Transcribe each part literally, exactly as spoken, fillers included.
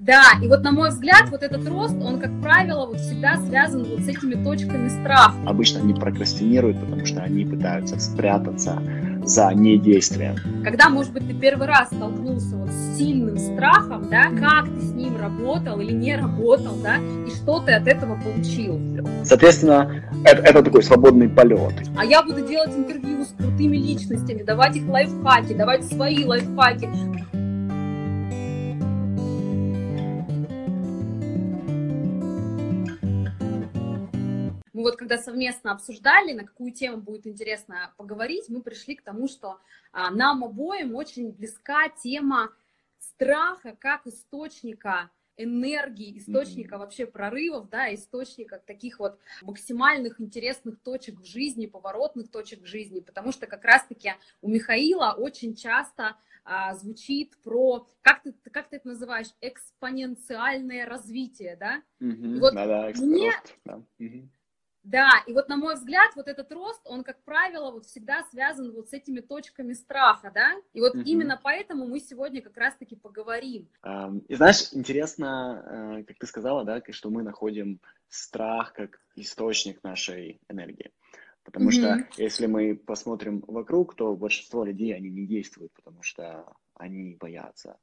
Да, и вот на мой взгляд, вот этот рост, он, как правило, вот всегда связан вот с этими точками страха. Обычно они прокрастинируют, потому что они пытаются спрятаться за недействием. Когда, может быть, ты первый раз столкнулся вот с сильным страхом, да, как ты с ним работал или не работал, да, и что ты от этого получил. Соответственно, это, это такой свободный полет. А я буду делать интервью с крутыми личностями, давать их лайфхаки, давать свои лайфхаки. Мы вот когда совместно обсуждали, на какую тему будет интересно поговорить, мы пришли к тому, что а, нам обоим очень близка тема страха как источника энергии, источника mm-hmm. вообще прорывов, да, источника таких вот максимальных интересных точек в жизни, поворотных точек в жизни, потому что как раз-таки у Михаила очень часто а, звучит про, как ты, как ты это называешь, экспоненциальное развитие, да? Mm-hmm. И вот Да-да, мне... рост, да. Mm-hmm. Да, и вот на мой взгляд, вот этот рост, он, как правило, вот всегда связан вот с этими точками страха, да, и вот uh-huh. именно поэтому мы сегодня как раз-таки поговорим. Um, и знаешь, интересно, uh, как ты сказала, да, что мы находим страх как источник нашей энергии, потому uh-huh. что если мы посмотрим вокруг, то большинство людей, они не действуют, потому что они боятся.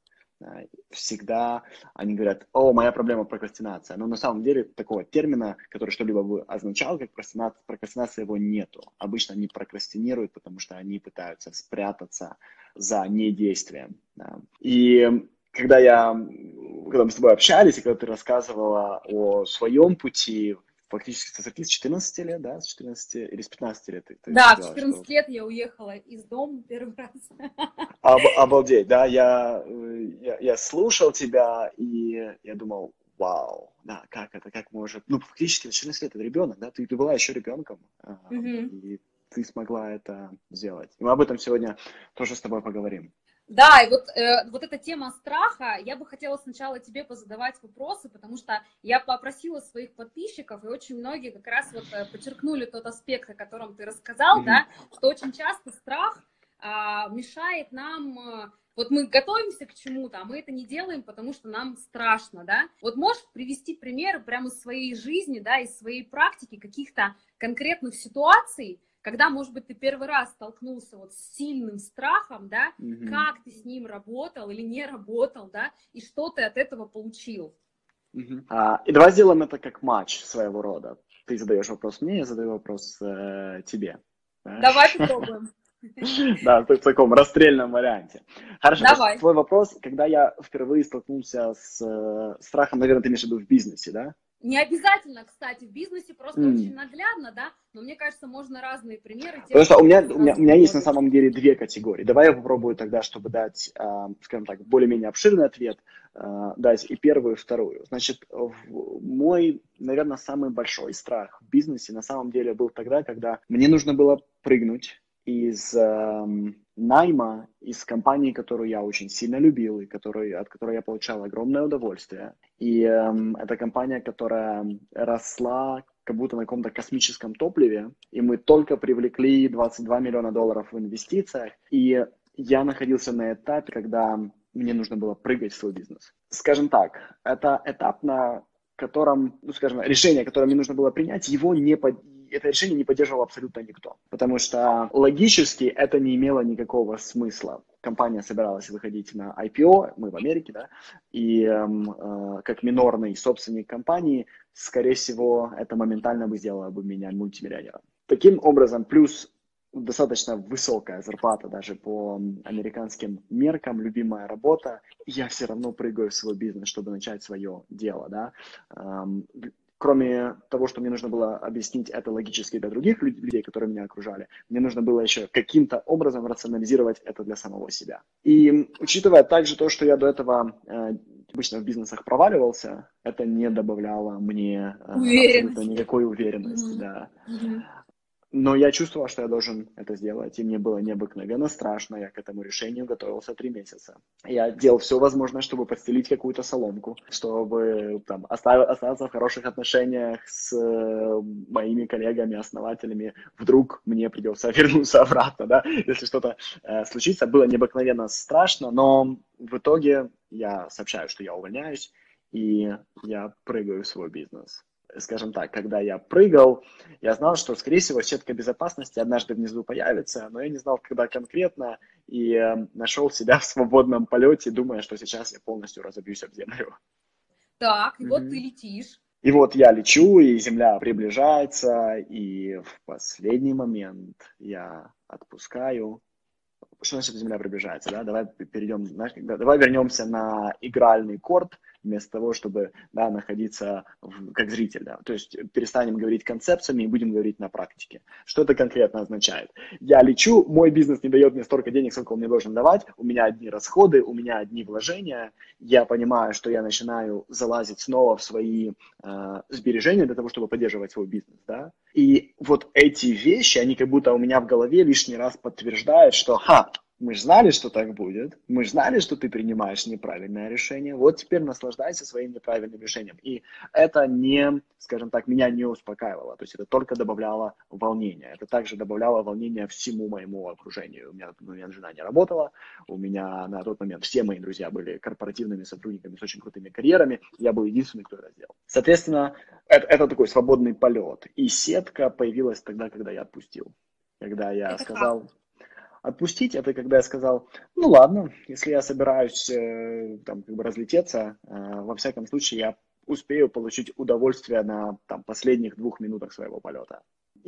Всегда они говорят: о, моя проблема прокрастинация. Но на самом деле такого термина, который что-либо бы означал, как прокрастинация, прокрастинация его нету. Обычно они прокрастинируют, потому что они пытаются спрятаться за недействием. Да. И когда я, когда мы с тобой общались, и когда ты рассказывала о своем пути, фактически с четырнадцати лет, да, с четырнадцати или с пятнадцати лет? Ты, ты да, сказала, в четырнадцать что... лет я уехала из дома первый раз. Об, обалдеть, да, я, я, я слушал тебя, и я думал: вау, да, как это, как может... Ну, фактически на четырнадцать лет это ребенок, да, ты, ты была еще ребенком, mm-hmm. и ты смогла это сделать. И мы об этом сегодня тоже с тобой поговорим. Да, и вот, э, вот эта тема страха, я бы хотела сначала тебе позадавать вопросы, потому что я попросила своих подписчиков, и очень многие как раз вот подчеркнули тот аспект, о котором ты рассказал, mm-hmm. да, что очень часто страх э, мешает нам, э, вот мы готовимся к чему-то, а мы это не делаем, потому что нам страшно, да. Вот можешь привести примеры прямо из своей жизни, да, из своей практики каких-то конкретных ситуаций, когда, может быть, ты первый раз столкнулся вот с сильным страхом, да, mm-hmm. как ты с ним работал или не работал, да, и что ты от этого получил? Mm-hmm. А, и давай сделаем это как матч своего рода. Ты задаешь вопрос мне, я задаю вопрос э, тебе. Давай попробуем. Да, в таком расстрельном варианте. Хорошо, Давай. Твой вопрос, когда я впервые столкнулся с страхом, наверное, ты имеешь в виду в бизнесе, да? Не обязательно, кстати, в бизнесе просто mm. очень наглядно, да, но мне кажется, можно разные примеры. Потому что у меня, у, меня, у меня есть на самом деле две категории. Давай я попробую тогда, чтобы дать, э, скажем так, более-менее обширный ответ, э, дать и первую, и вторую. Значит, мой, наверное, самый большой страх в бизнесе на самом деле был тогда, когда мне нужно было прыгнуть из э, найма, из компании, которую я очень сильно любил, и который, от которой я получал огромное удовольствие. И э, это компания, которая росла как будто на каком-то космическом топливе, и мы только привлекли двадцать два миллиона долларов в инвестициях, и я находился на этапе, когда мне нужно было прыгать в свой бизнес. Скажем так, это этап, на котором, ну, скажем, решение, которое мне нужно было принять, его не под... это решение не поддерживал абсолютно никто. Потому что логически это не имело никакого смысла. Компания собиралась выходить на ай пи о, мы в Америке, да, и э, как минорный собственник компании, скорее всего, это моментально бы сделало бы меня мультимиллионером. Таким образом, плюс достаточно высокая зарплата даже по американским меркам, любимая работа, я все равно прыгаю в свой бизнес, чтобы начать свое дело, да. Эм, Кроме того, что мне нужно было объяснить это логически для других людей, которые меня окружали, мне нужно было еще каким-то образом рационализировать это для самого себя. И учитывая также то, что я до этого э, обычно в бизнесах проваливался, это не добавляло мне э, абсолютно никакой уверенности. Mm-hmm. Да. Mm-hmm. Но я чувствовал, что я должен это сделать, и мне было необыкновенно страшно, я к этому решению готовился три месяца. Я делал все возможное, чтобы подстелить какую-то соломку, чтобы там, оставить, остаться в хороших отношениях с э, моими коллегами, основателями. Вдруг мне придется вернуться обратно, да, если что-то э, случится. Было необыкновенно страшно, но в итоге я сообщаю, что я увольняюсь, и я прыгаю в свой бизнес. Скажем так, когда я прыгал, я знал, что, скорее всего, сетка безопасности однажды внизу появится, но я не знал, когда конкретно, и э, нашел себя в свободном полете, думая, что сейчас я полностью разобьюсь об землю. Так, и вот ты Мгм. летишь. И вот я лечу, и земля приближается, и в последний момент я отпускаю. Что значит земля приближается, да? Давай перейдем, знаешь, давай вернемся на игральный корт, вместо того, чтобы, да, находиться в, как зритель, да. То есть перестанем говорить концепциями и будем говорить на практике. Что это конкретно означает? Я лечу, мой бизнес не дает мне столько денег, сколько он мне должен давать, у меня одни расходы, у меня одни вложения, я понимаю, что я начинаю залазить снова в свои э, сбережения для того, чтобы поддерживать свой бизнес, да. И вот эти вещи, они как будто у меня в голове лишний раз подтверждают, что, ха, мы же знали, что так будет, мы же знали, что ты принимаешь неправильное решение, вот теперь наслаждайся своим неправильным решением. И это не, скажем так, меня не успокаивало, то есть это только добавляло волнения, это также добавляло волнения всему моему окружению. У меня, у меня жена не работала, у меня на тот момент все мои друзья были корпоративными сотрудниками с очень крутыми карьерами, я был единственный, кто это сделал. Соответственно, это, это такой свободный полет, и сетка появилась тогда, когда я отпустил, когда я Это как? сказал... Отпустить, это когда я сказал, ну ладно, если я собираюсь э, там, как бы разлететься, э, во всяком случае я успею получить удовольствие на там, последних двух минутах своего полета.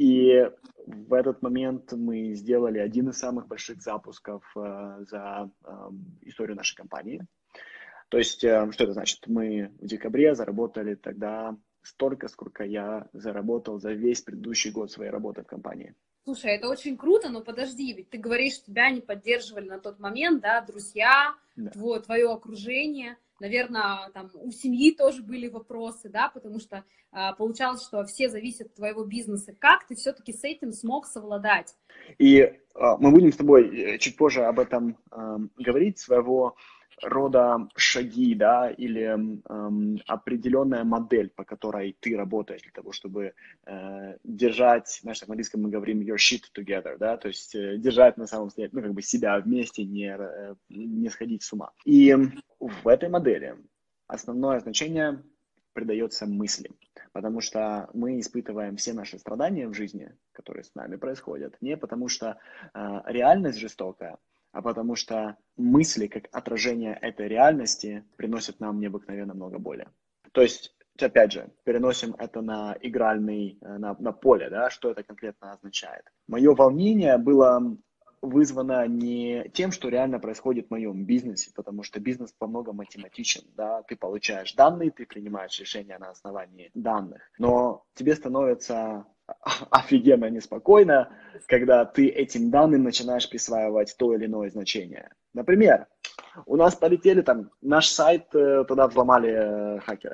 И в этот момент мы сделали один из самых больших запусков э, за э, историю нашей компании. То есть, э, что это значит? Мы в декабре заработали тогда столько, сколько я заработал за весь предыдущий год своей работы в компании. Слушай, это очень круто, но подожди, ведь ты говоришь, тебя не поддерживали на тот момент, да, друзья, Да. твое, твое окружение, наверное, там у семьи тоже были вопросы, да, потому что а, получалось, что все зависят от твоего бизнеса. Как ты все-таки с этим смог совладать? И а, мы будем с тобой чуть позже об этом а, говорить, своего рода шаги, да, или эм, определенная модель, по которой ты работаешь для того, чтобы э, держать, знаешь, на английском мы говорим your shit together, да, то есть э, держать на самом деле, ну, как бы себя вместе, не, э, не сходить с ума. И в этой модели основное значение придается мысли, потому что мы испытываем все наши страдания в жизни, которые с нами происходят, не потому что э, реальность жестокая, а потому что мысли, как отражение этой реальности, приносят нам необыкновенно много боли. То есть, опять же, переносим это на игральный, на, на поле, да, что это конкретно означает. Мое волнение было вызвано не тем, что реально происходит в моем бизнесе, потому что бизнес во многом математичен, да, ты получаешь данные, ты принимаешь решения на основании данных, но тебе становится офигенно неспокойно, когда ты этим данным начинаешь присваивать то или иное значение. Например, у нас полетели там, наш сайт э, туда взломали э, хакеры.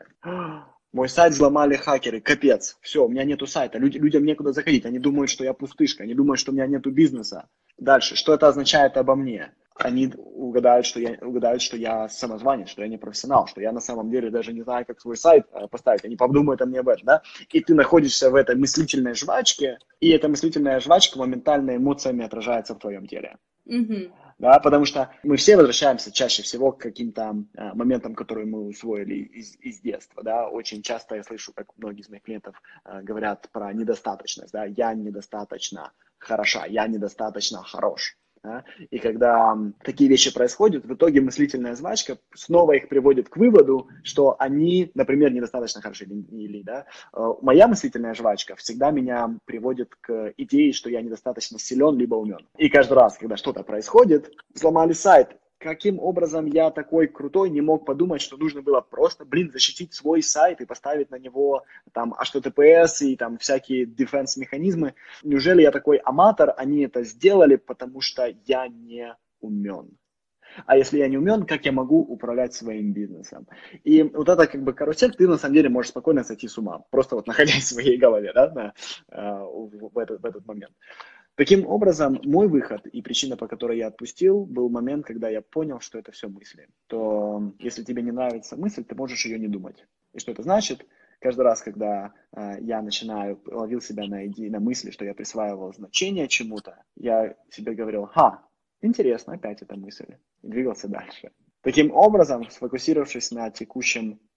Мой сайт взломали хакеры, капец, все, у меня нету сайта, Люд, людям некуда заходить, они думают, что я пустышка, они думают, что у меня нету бизнеса. Дальше, что это означает обо мне? Они угадают, что я, угадают, что я самозванец, что я не профессионал, что я на самом деле даже не знаю, как свой сайт э, поставить, они подумают о мне об этом, да? И ты находишься в этой мыслительной жвачке, и эта мыслительная жвачка моментально эмоциями отражается в твоем теле. Угу. Да, потому что мы все возвращаемся чаще всего к каким-то а, моментам, которые мы усвоили из, из детства, да, очень часто я слышу, как многие из моих клиентов а, говорят про недостаточность, да, я недостаточно хороша, я недостаточно хорош, да? И когда такие вещи происходят, в итоге мыслительная жвачка снова их приводит к выводу, что они, например, недостаточно хороши или, или да, моя мыслительная жвачка всегда меня приводит к идее, что я недостаточно силен либо умен. И каждый раз, когда что-то происходит, взломали сайт, каким образом я такой крутой не мог подумать, что нужно было просто, блин, защитить свой сайт и поставить на него там эйч ти ти пи эс и там всякие дефенс-механизмы. Неужели я такой аматор? Они это сделали, потому что я не умен. А если я не умен, как я могу управлять своим бизнесом? И вот это как бы карусель, ты на самом деле можешь спокойно сойти с ума, просто вот находясь в своей голове, да, на, в, в, этот, в этот момент. Таким образом, мой выход и причина, по которой я отпустил, был момент, когда я понял, что это все мысли. То если тебе не нравится мысль, ты можешь ее не думать. И что это значит? Каждый раз, когда э, я начинаю, ловил себя на, иде, на мысли, что я присваивал значение чему-то, я себе говорил, ха, интересно, опять эта мысль. И двигался дальше. Таким образом, сфокусировавшись на текущем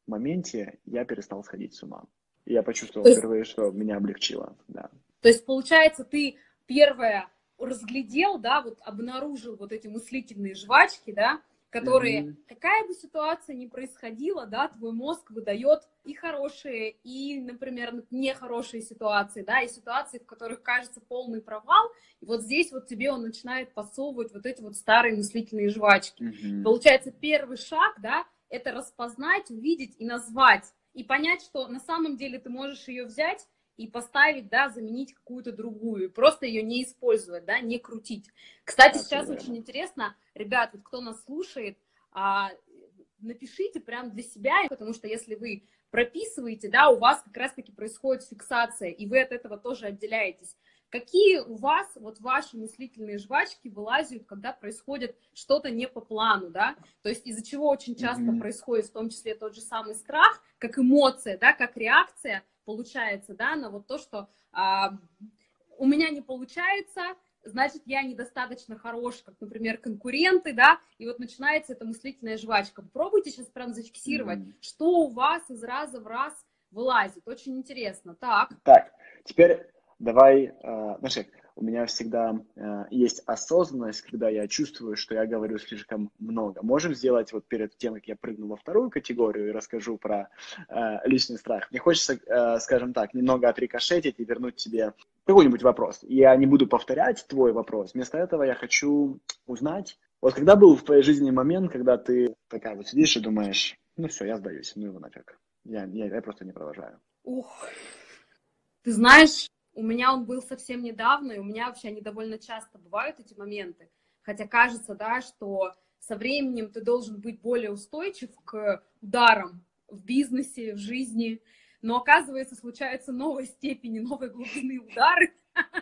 моменте я перестал сходить с ума. И я почувствовал есть, впервые, что меня облегчило. Да. То есть, получается, ты первое разглядел, да, вот обнаружил вот эти мыслительные жвачки, да, которые, mm-hmm. какая бы ситуация ни происходила, да, твой мозг выдает и хорошие, и, например, нехорошие ситуации, да, и ситуации, в которых кажется полный провал, и вот здесь вот тебе он начинает подсовывать вот эти вот старые мыслительные жвачки. Mm-hmm. Получается, первый шаг, да, это распознать, увидеть и назвать, и понять, что на самом деле ты можешь ее взять и поставить, да, заменить какую-то другую, просто ее не использовать, да, не крутить. Кстати, так, сейчас наверное. Очень интересно, ребят, вот кто нас слушает, а, напишите прям для себя, потому что если вы прописываете, да, у вас как раз-таки происходит фиксация, и вы от этого тоже отделяетесь. Какие у вас вот ваши мыслительные жвачки вылазят, когда происходит что-то не по плану, да? То есть из-за чего очень часто mm-hmm. происходит в том числе тот же самый страх, как эмоция, да, как реакция получается, да, на вот то, что а, у меня не получается, значит, я недостаточно хорош, как, например, конкуренты, да, и вот начинается эта мыслительная жвачка. Попробуйте сейчас прям зафиксировать, mm-hmm. что у вас из раза в раз вылазит. Очень интересно. Так. Так, теперь... Давай, э, знаешь, у меня всегда э, есть осознанность, когда я чувствую, что я говорю слишком много. Можем сделать вот перед тем, как я прыгну во вторую категорию и расскажу про э, личный страх. Мне хочется, э, скажем так, немного отрикошетить и вернуть тебе какой-нибудь вопрос. Я не буду повторять твой вопрос. Вместо этого я хочу узнать, вот когда был в твоей жизни момент, когда ты такая вот сидишь и думаешь, ну все, я сдаюсь, ну его нафиг. Я, я, я просто не продолжаю. Ух, ты знаешь... У меня он был совсем недавно, и у меня вообще они довольно часто бывают, эти моменты. Хотя кажется, да, что со временем ты должен быть более устойчив к ударам в бизнесе, в жизни. Но оказывается, случаются новой степени, новой глубины удары.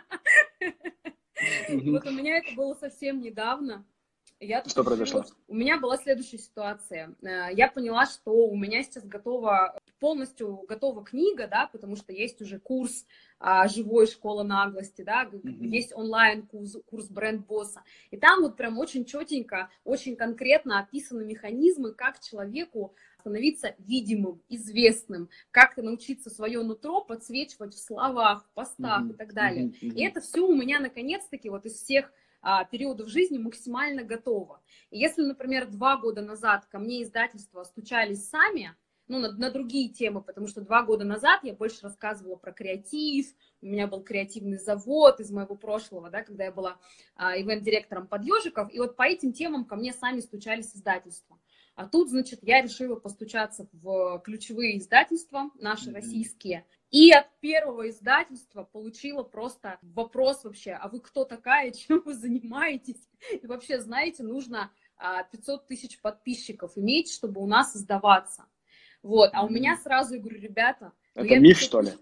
Вот у меня это было совсем недавно. Я Что произошло? У меня была следующая ситуация. Я поняла, что у меня сейчас готова, полностью готова книга, да, потому что есть уже курс а, «Живой школа наглости», да, mm-hmm. есть онлайн-курс курс бренд-босса. И там вот прям очень четенько, очень конкретно описаны механизмы, как человеку становиться видимым, известным, как научиться свое нутро подсвечивать в словах, в постах mm-hmm. и так далее. Mm-hmm. И это все у меня наконец-таки вот из всех периодов жизни максимально готово. И если, например, два года назад ко мне издательства стучались сами, ну, на, на другие темы, потому что два года назад я больше рассказывала про креатив, у меня был креативный завод из моего прошлого, да, когда я была а, ивент-директором под Ежиков, и вот по этим темам ко мне сами стучались издательства. А тут, значит, я решила постучаться в ключевые издательства, наши mm-hmm. российские, и от первого издательства получила просто вопрос вообще, а вы кто такая, чем вы занимаетесь? И вообще, знаете, нужно пятьсот тысяч подписчиков иметь, чтобы у нас издаваться. Вот, а у меня сразу, я говорю, ребята... Это ну, миф, что ли?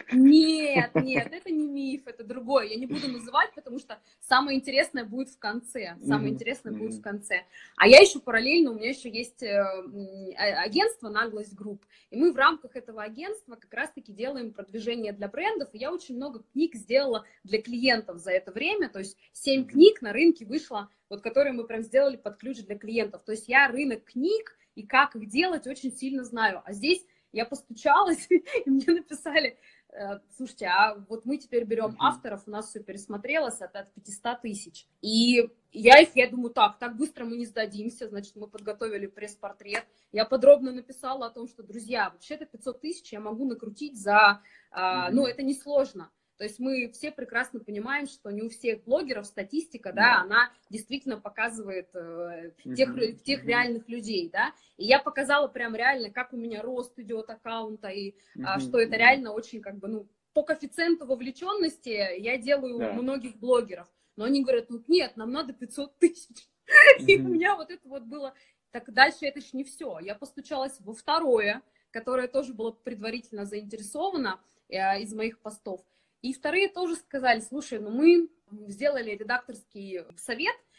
Нет, нет, это не миф, это другое. Я не буду называть, потому что самое интересное будет в конце. Самое mm-hmm. интересное mm-hmm. будет в конце. А я еще параллельно, у меня еще есть агентство «Наглость Групп». И мы в рамках этого агентства как раз-таки делаем продвижение для брендов. И я очень много книг сделала для клиентов за это время. То есть семь mm-hmm. книг на рынке вышло, вот, которые мы прям сделали под ключ для клиентов. То есть я рынок книг и как их делать очень сильно знаю. А здесь я постучалась, и мне написали, слушайте, а вот мы теперь берем авторов, у нас все пересмотрелось от, от пятисот тысяч. И я их, я думаю, так, так быстро мы не сдадимся, значит, мы подготовили пресс-портрет. Я подробно написала о том, что, друзья, вообще-то пятьсот тысяч я могу накрутить за, mm-hmm. ну, это несложно. То есть мы все прекрасно понимаем, что не у всех блогеров статистика, да, она действительно показывает э, тех, mm-hmm. тех реальных людей, да. И я показала прям реально, как у меня рост идет аккаунта, и mm-hmm. а, что это реально очень как бы, ну, по коэффициенту вовлеченности я делаю yeah. многих блогеров. Но они говорят, ну нет, нам надо пятьсот тысяч. Mm-hmm. И у меня вот это вот было, так дальше это ж не все. Я постучалась во второе, которое тоже было предварительно заинтересовано э, из моих постов. И вторые тоже сказали, слушай, ну мы сделали редакторский совет,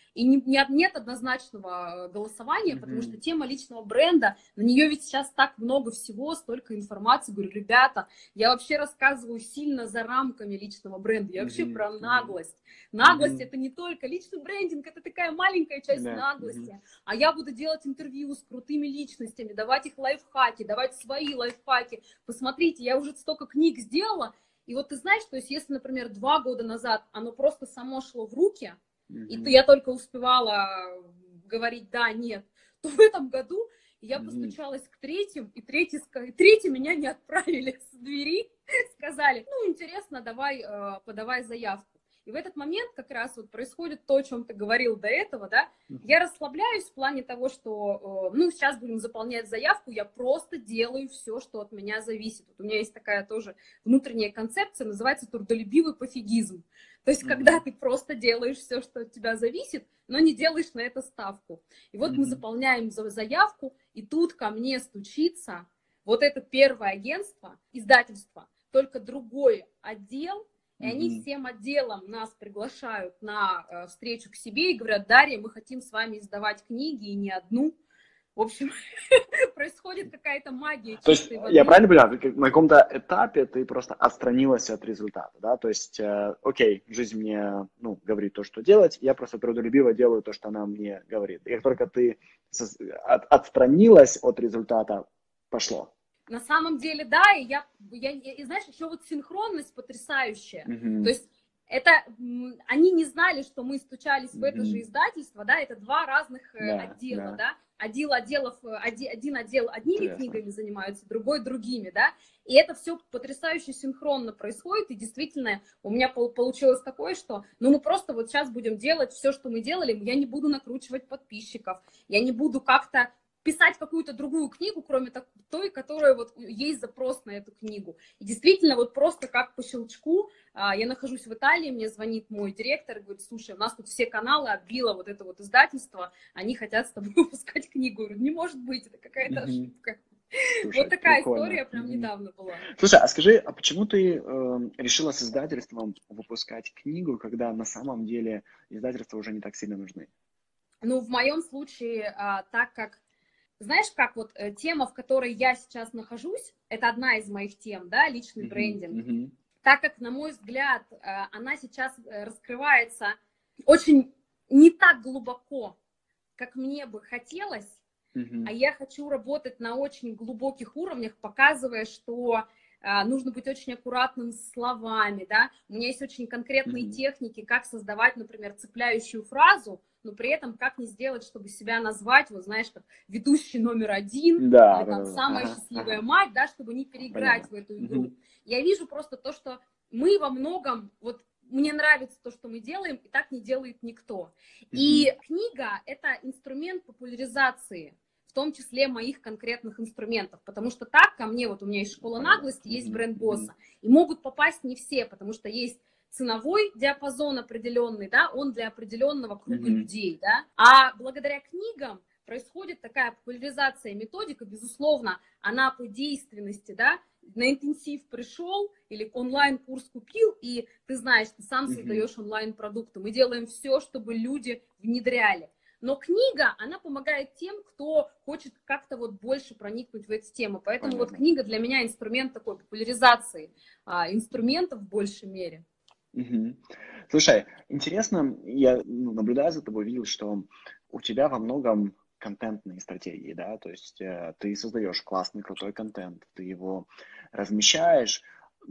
И не, не- нет однозначного голосования, Мгм. потому что тема личного бренда, на нее ведь сейчас так много всего, столько информации. Говорю, ребята, я вообще рассказываю сильно за рамками личного бренда. Я вообще Мгм. про Мгм. наглость. Наглость Мгм. это не только личный брендинг, это такая маленькая часть Да. Мгм. наглости. А я буду делать интервью с крутыми личностями, давать их лайфхаки, давать свои лайфхаки. Посмотрите, я уже столько книг сделала. И вот ты знаешь, то есть если, например, два года назад оно просто само шло в руки, и то Мгм. я только успевала говорить да, нет, то в этом году я Мгм. постучалась к третьим, и третий, ска- и третий меня не отправили с двери, сказали, ну, интересно, давай, э, подавай заявку. И в этот момент как раз вот происходит то, о чем ты говорил до этого, да, Мгм. я расслабляюсь в плане того, что, э, ну, сейчас будем заполнять заявку, я просто делаю все, что от меня зависит. Вот у меня есть такая тоже внутренняя концепция, называется трудолюбивый пофигизм. То есть, когда Мгм. ты просто делаешь все, что от тебя зависит, но не делаешь на это ставку. И вот мы Мгм. заполняем за- заявку, и тут ко мне стучится вот это первое агентство, издательство, только другой отдел, и они Мгм. всем отделом нас приглашают на э, встречу к себе и говорят, Дарья, мы хотим с вами издавать книги, и не одну. В общем, происходит какая-то магия То есть, чистой я воды. правильно понимаю, ты как- на каком-то этапе ты просто отстранилась от результата, да? То есть, э, окей, жизнь мне, ну, говорит то, что делать, я просто трудолюбиво делаю то, что она мне говорит. И как только ты сос- от- отстранилась от результата, пошло. На самом деле, да, и я, я, и знаешь, еще вот синхронность потрясающая. То Мгм. есть это, м, они не знали, что мы стучались в это же Мгм. издательство, да, это два разных э, Да, отдела, да, да, один, отделов, э, оди- один отдел одними интересно. книгами занимаются, другой другими, да, и это все потрясающе синхронно происходит, и действительно у меня пол- получилось такое, что, ну, мы просто вот сейчас будем делать все, что мы делали, я не буду накручивать подписчиков, я не буду как-то писать какую-то другую книгу, кроме той, которая вот есть запрос на эту книгу. И действительно, вот просто как по щелчку, я нахожусь в Италии, мне звонит мой директор и говорит, слушай, у нас тут все каналы отбило вот это вот издательство, они хотят с тобой выпускать книгу. Я говорю, не может быть, это какая-то Мгм. ошибка. Вот Слушай, такая прикольно. история прям Мгм. недавно была. Слушай, а скажи, а почему ты э, решила с издательством выпускать книгу, когда на самом деле издательства уже не так сильно нужны? Ну, в моем случае, а, так как знаешь, как вот э, тема, в которой я сейчас нахожусь, это одна из моих тем, да, личный Мгм. брендинг. Мгм. Так как, на мой взгляд, э, она сейчас э, раскрывается очень не так глубоко, как мне бы хотелось, а Мгм. я хочу работать на очень глубоких уровнях, показывая, что а, нужно быть очень аккуратным с словами, да. У меня есть очень конкретные Мгм. техники, как создавать, например, цепляющую фразу, но при этом как не сделать, чтобы себя назвать, вот знаешь, как ведущий номер один или Да, да, там да, да. самая Ага, счастливая ага. мать, да, чтобы не переиграть Понятно. в эту игру. Мгм. Я вижу просто то, что мы во многом, вот мне нравится то, что мы делаем, и так не делает никто. Мгм. И книга – это инструмент популяризации, в том числе моих конкретных инструментов, потому что так ко мне, вот у меня есть школа Понятно. наглости, есть Мгм. бренд Мгм. босса, и могут попасть не все, потому что есть ценовой диапазон определенный, да, он для определенного круга Мгм. людей, да, а благодаря книгам происходит такая популяризация методика, безусловно, она по действенности, да, на интенсив пришел или онлайн-курс купил, и ты знаешь, ты сам Мгм. создаешь онлайн-продукты. Мы делаем все, чтобы люди внедряли. Но книга, она помогает тем, кто хочет как-то вот больше проникнуть в эти темы. Поэтому вот Понятно. книга для меня инструмент такой популяризации а, инструментов в большей мере. Мгм. Слушай, интересно, я ну, наблюдая за тобой, видел, что у тебя во многом контентные стратегии, да, то есть э, ты создаешь классный, крутой контент, ты его размещаешь,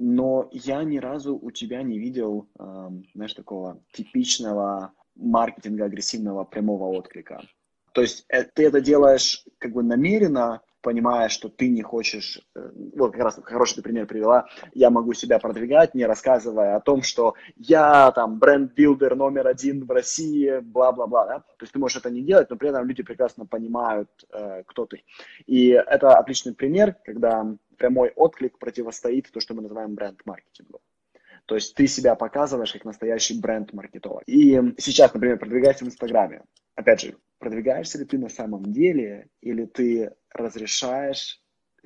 но я ни разу у тебя не видел, эм, знаешь, такого типичного маркетинга агрессивного прямого отклика. То есть э, ты это делаешь как бы намеренно, понимая, что ты не хочешь, э, вот как раз хороший ты пример привела, я могу себя продвигать, не рассказывая о том, что я там бренд-билдер номер один в России, бла-бла-бла, да? То есть ты можешь это не делать, но при этом люди прекрасно понимают, э, кто ты. И это отличный пример, когда прямой отклик противостоит то, что мы называем бренд-маркетингу. То есть ты себя показываешь как настоящий бренд-маркетолог. И сейчас, например, продвигаешься в Инстаграме. Опять же, продвигаешься ли ты на самом деле, или ты разрешаешь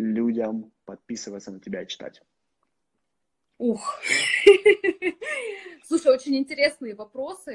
людям подписываться на тебя и читать? Ух. Слушай, очень интересные вопросы.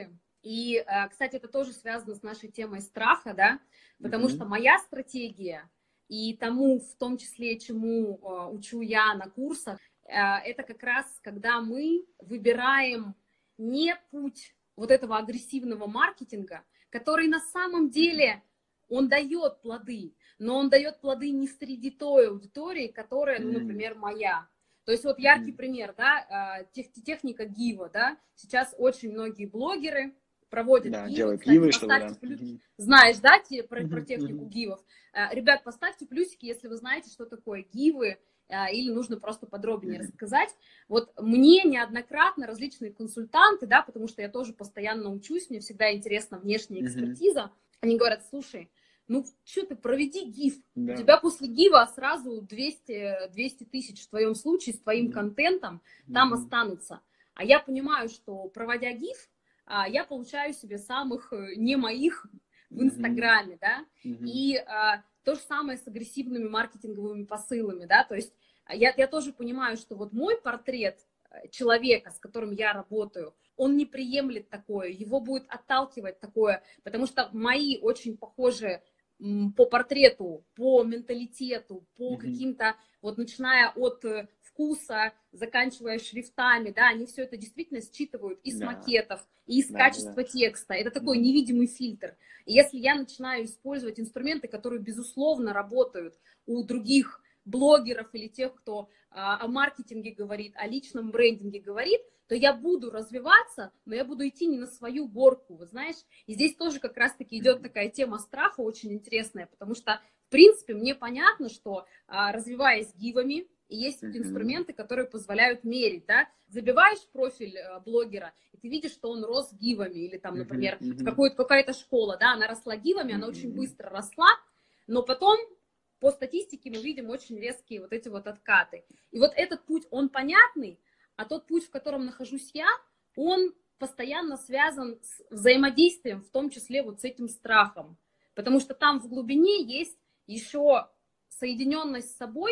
И, кстати, это тоже связано с нашей темой страха, да, потому mm-hmm. что моя стратегия и тому, в том числе, чему учу я на курсах, это как раз, когда мы выбираем не путь вот этого агрессивного маркетинга, который на самом деле, он дает плоды, но он дает плоды не среди той аудитории, которая, ну, например, моя. То есть вот яркий пример, да, тех, техника гива, да, сейчас очень многие блогеры проводят да, гивы. Делают Кстати, гивы, поставьте что плюс... да. Знаешь, да, те, про, Uh-huh, про технику uh-huh. гивов. Ребят, поставьте плюсики, если вы знаете, что такое гивы, или нужно просто подробнее uh-huh. рассказать. Вот мне неоднократно различные консультанты, да, потому что я тоже постоянно учусь, мне всегда интересна внешняя экспертиза, uh-huh. они говорят, слушай, ну, что ты, проведи гиф. Да. У тебя после гива сразу двести, двести тысяч в твоем случае с твоим mm-hmm. контентом там mm-hmm. останутся. А я понимаю, что проводя гиф, я получаю себе самых не моих в Инстаграме, mm-hmm. да, mm-hmm. и а, то же самое с агрессивными маркетинговыми посылами, да, то есть я, я тоже понимаю, что вот мой портрет человека, с которым я работаю, он не приемлет такое, его будет отталкивать такое, потому что мои очень похожие по портрету, по менталитету, по mm-hmm. каким-то, вот начиная от вкуса, заканчивая шрифтами, да, они все это действительно считывают из да. макетов, и из да, качества да. текста. Это такой mm-hmm. невидимый фильтр. И если я начинаю использовать инструменты, которые, безусловно, работают у других блогеров или тех, кто а, о маркетинге говорит, о личном брендинге говорит, то я буду развиваться, но я буду идти не на свою горку, вы знаешь. И здесь тоже как раз-таки идет такая тема страха очень интересная, потому что, в принципе, мне понятно, что а, развиваясь гивами, и есть mm-hmm. инструменты, которые позволяют мерить, да. Забиваешь профиль а, блогера, и ты видишь, что он рос гивами, или там, например, mm-hmm. какую-то, какая-то школа, да, она росла гивами, mm-hmm. она очень быстро росла, но потом по статистике мы видим очень резкие вот эти вот откаты. И вот этот путь, он понятный, а тот путь, в котором нахожусь я, он постоянно связан с взаимодействием, в том числе вот с этим страхом. Потому что там в глубине есть еще соединенность с собой,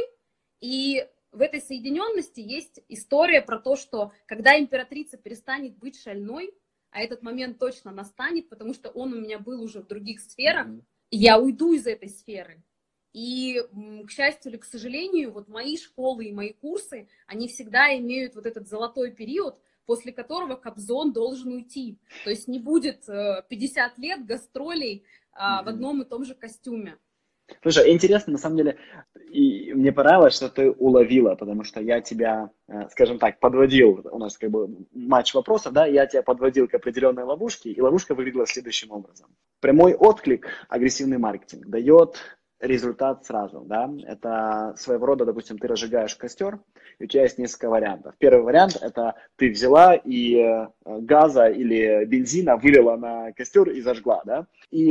и в этой соединенности есть история про то, что когда императрица перестанет быть шальной, а этот момент точно настанет, потому что он у меня был уже в других сферах, mm-hmm. я уйду из этой сферы. И, к счастью или к сожалению, вот мои школы и мои курсы, они всегда имеют вот этот золотой период, после которого Кобзон должен уйти. То есть не будет пятьдесят лет гастролей mm-hmm. в одном и том же костюме. Слушай, интересно, на самом деле, и мне понравилось, что ты уловила, потому что я тебя, скажем так, подводил, у нас как бы матч вопросов, да, я тебя подводил к определенной ловушке, и ловушка выглядела следующим образом. Прямой отклик, агрессивный маркетинг дает результат сразу, да, это своего рода, допустим, ты разжигаешь костер, и у тебя есть несколько вариантов. Первый вариант, это ты взяла и газа или бензина вылила на костер и зажгла, да,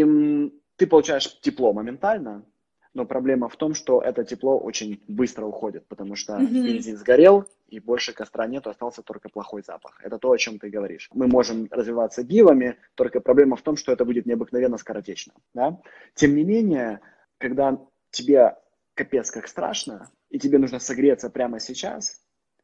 и ты получаешь тепло моментально, но проблема в том, что это тепло очень быстро уходит, потому что mm-hmm. бензин сгорел, и больше костра нету, остался только плохой запах. Это то, о чем ты говоришь. Мы можем развиваться гивами, только проблема в том, что это будет необыкновенно скоротечно. Да? Тем не менее, когда тебе капец как страшно, и тебе нужно согреться прямо сейчас,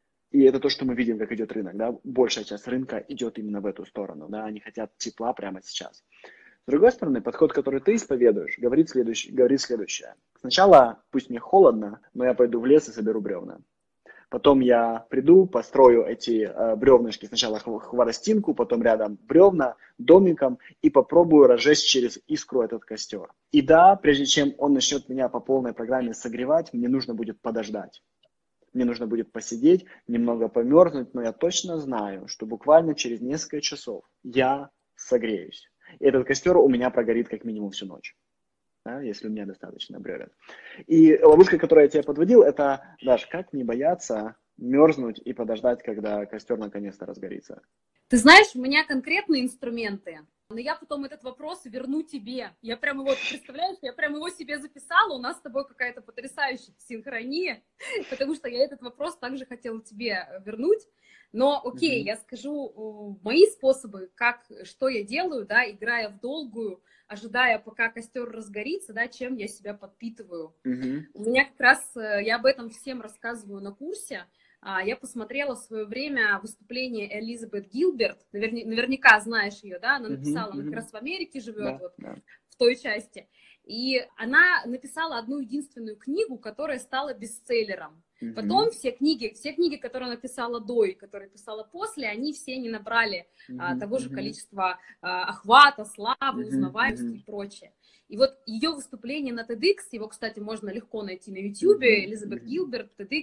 и это то, что мы видим, как идет рынок, да? Большая часть рынка идет именно в эту сторону, да? Они хотят тепла прямо сейчас. С другой стороны, подход, который ты исповедуешь, говорит следующее, говорит следующее. Сначала пусть мне холодно, но я пойду в лес и соберу бревна. Потом я приду, построю эти э, бревнышки, сначала хворостинку, потом рядом бревна, домиком, и попробую разжечь через искру этот костер. И да, прежде чем он начнет меня по полной программе согревать, мне нужно будет подождать. Мне нужно будет посидеть, немного померзнуть, но я точно знаю, что буквально через несколько часов я согреюсь. И этот костер у меня прогорит как минимум всю ночь, да, если у меня достаточно бревен. И ловушка, которую я тебе подводил, это, Даш, как не бояться мерзнуть и подождать, когда костер наконец-то разгорится? Ты знаешь, у меня конкретные инструменты, но я потом этот вопрос верну тебе. Я прям его, ты представляешь, я прям его себе записала, у нас с тобой какая-то потрясающая синхрония, потому что я этот вопрос также хотела тебе вернуть. Но окей, mm-hmm. я скажу мои способы, как, что я делаю, да, играя в долгую, ожидая, пока костер разгорится, да, чем я себя подпитываю. Mm-hmm. У меня как раз, я об этом всем рассказываю на курсе, я посмотрела в свое время выступление Элизабет Гилберт, наверня, наверняка знаешь ее, да, она написала, она как раз в Америке живет, да, вот, да. в той части, и она написала одну единственную книгу, которая стала бестселлером. Mm-hmm. Потом все книги, все книги, которые она написала до и которые писала после, они все не набрали mm-hmm. а, того же количества а, охвата, славы, mm-hmm. узнаваемости mm-hmm. и прочее. И вот ее выступление на TEDx, его, кстати, можно легко найти на YouTube, mm-hmm. Элизабет Гилберт, TEDx,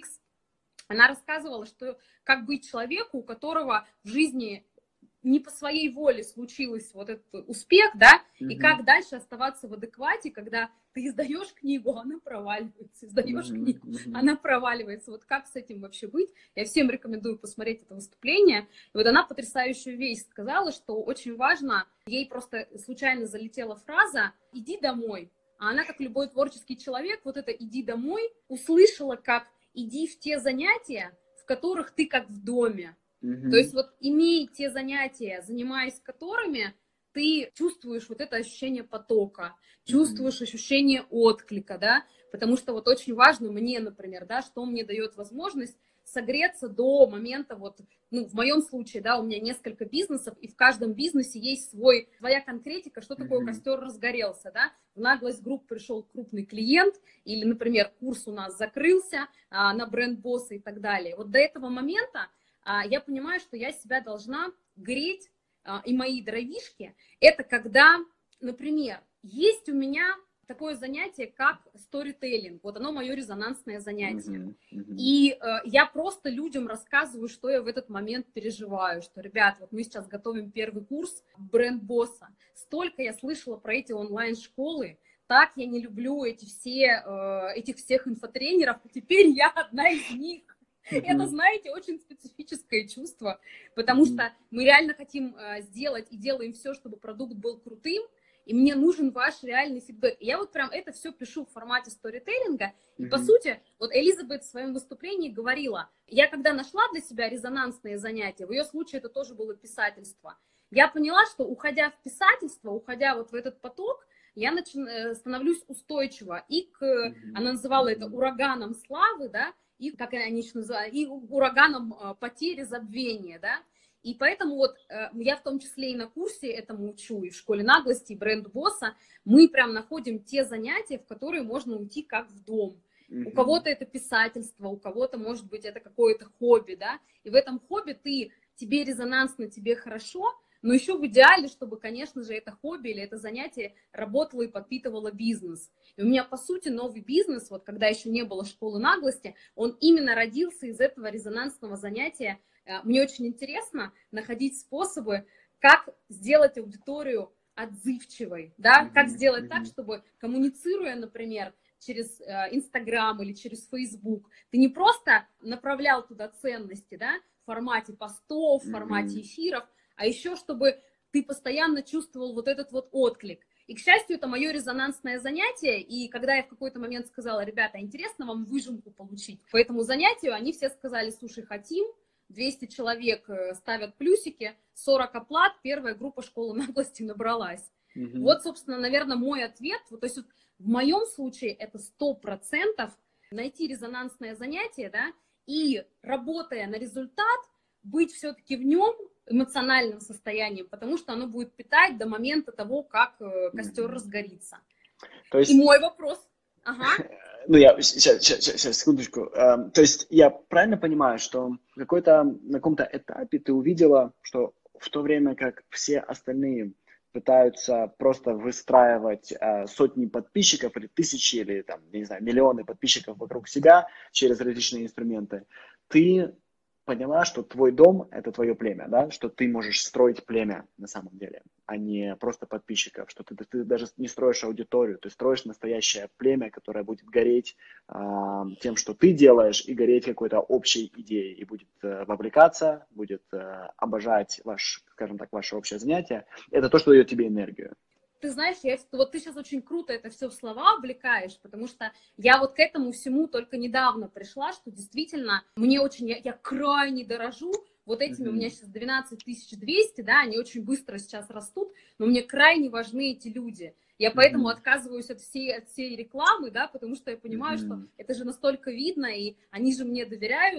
она рассказывала, что как быть человеку, у которого в жизни не по своей воле случился вот этот успех, да, mm-hmm. и как дальше оставаться в адеквате, когда ты издаешь книгу, она проваливается, издаешь mm-hmm. книгу, mm-hmm. она проваливается. Вот как с этим вообще быть? Я всем рекомендую посмотреть это выступление. И вот она потрясающую вещь сказала, что очень важно, ей просто случайно залетела фраза «иди домой». А она, как любой творческий человек, вот это «иди домой» услышала как «иди в те занятия, в которых ты как в доме». Mm-hmm. То есть вот имей те занятия, занимаясь которыми ты чувствуешь вот это ощущение потока, чувствуешь mm-hmm. ощущение отклика, да, потому что вот очень важно мне, например, да, что мне дает возможность согреться до момента вот, ну, в моем случае, да, у меня несколько бизнесов, и в каждом бизнесе есть свой, своя конкретика, что такое mm-hmm. костер разгорелся, да, в Наглость Групп пришел крупный клиент, или, например, курс у нас закрылся а, на бренд-босса и так далее. Вот до этого момента я понимаю, что я себя должна греть, и мои дровишки, это когда, например, есть у меня такое занятие, как сторителлинг, вот оно мое резонансное занятие, uh-huh, uh-huh. и э, я просто людям рассказываю, что я в этот момент переживаю, что, ребят, вот мы сейчас готовим первый курс бренд-босса, столько я слышала про эти онлайн-школы, так я не люблю эти все, э, этих всех инфотренеров, и теперь я одна из них. Mm-hmm. Это, знаете, очень специфическое чувство, потому mm-hmm. что мы реально хотим э, сделать и делаем все, чтобы продукт был крутым, и мне нужен ваш реальный фидбэк. И я вот прям это все пишу в формате сторителлинга, и mm-hmm. по сути, вот Элизабет в своем выступлении говорила, я когда нашла для себя резонансные занятия, в ее случае это тоже было писательство, я поняла, что уходя в писательство, уходя вот в этот поток, я начи... становлюсь устойчива и к, mm-hmm. она называла это ураганом славы, да, и, как они еще называют, и ураганом потери, забвения, да, и поэтому вот э, я в том числе и на курсе этому учу, и в школе наглости, и бренд-босса, мы прям находим те занятия, в которые можно уйти как в дом. Mm-hmm. У кого-то это писательство, у кого-то, может быть, это какое-то хобби, да, и в этом хобби ты, тебе резонансно, тебе хорошо, но еще в идеале, чтобы, конечно же, это хобби или это занятие работало и подпитывало бизнес. И у меня, по сути, новый бизнес, вот когда еще не было школы наглости, он именно родился из этого резонансного занятия. Мне очень интересно находить способы, как сделать аудиторию отзывчивой, да, mm-hmm. как сделать mm-hmm. так, чтобы, коммуницируя, например, через Инстаграм или через Фейсбук, ты не просто направлял туда ценности, да, в формате постов, в формате эфиров, а еще чтобы ты постоянно чувствовал вот этот вот отклик. И, к счастью, это мое резонансное занятие, и когда я в какой-то момент сказала, ребята, интересно вам выжимку получить по этому занятию, они все сказали, слушай, хотим, двести человек ставят плюсики, сорок оплат, первая группа школы наглости набралась. Mm-hmm. Вот, собственно, наверное, мой ответ, вот, то есть вот, в моем случае это сто процентов найти резонансное занятие, да, и работая на результат, быть все-таки в нем эмоциональным состоянием, потому что оно будет питать до момента того, как костер mm-hmm. разгорится. То есть... И мой вопрос. Ага. Ну, я сейчас, сейчас, сейчас, секундочку. То есть я правильно понимаю, что какой-то, на каком-то этапе ты увидела, что в то время как все остальные пытаются просто выстраивать сотни подписчиков или тысячи, или там, не знаю, миллионы подписчиков вокруг себя через различные инструменты, ты поняла, что твой дом – это твое племя, да, что ты можешь строить племя на самом деле, а не просто подписчиков, что ты, ты даже не строишь аудиторию, ты строишь настоящее племя, которое будет гореть э, тем, что ты делаешь, и гореть какой-то общей идеей, и будет э, вовлекаться, будет э, обожать ваш, скажем так, ваше общее занятие. Это то, что дает тебе энергию. Ты знаешь, я, вот ты сейчас очень круто это все в слова облекаешь, потому что я вот к этому всему только недавно пришла, что действительно мне очень, я, я крайне дорожу вот этими, mm-hmm. у меня сейчас двенадцать тысяч двести, да, они очень быстро сейчас растут, но мне крайне важны эти люди. Я поэтому mm-hmm. отказываюсь от всей, от всей рекламы, да, потому что я понимаю, mm-hmm. что это же настолько видно, и они же мне доверяют.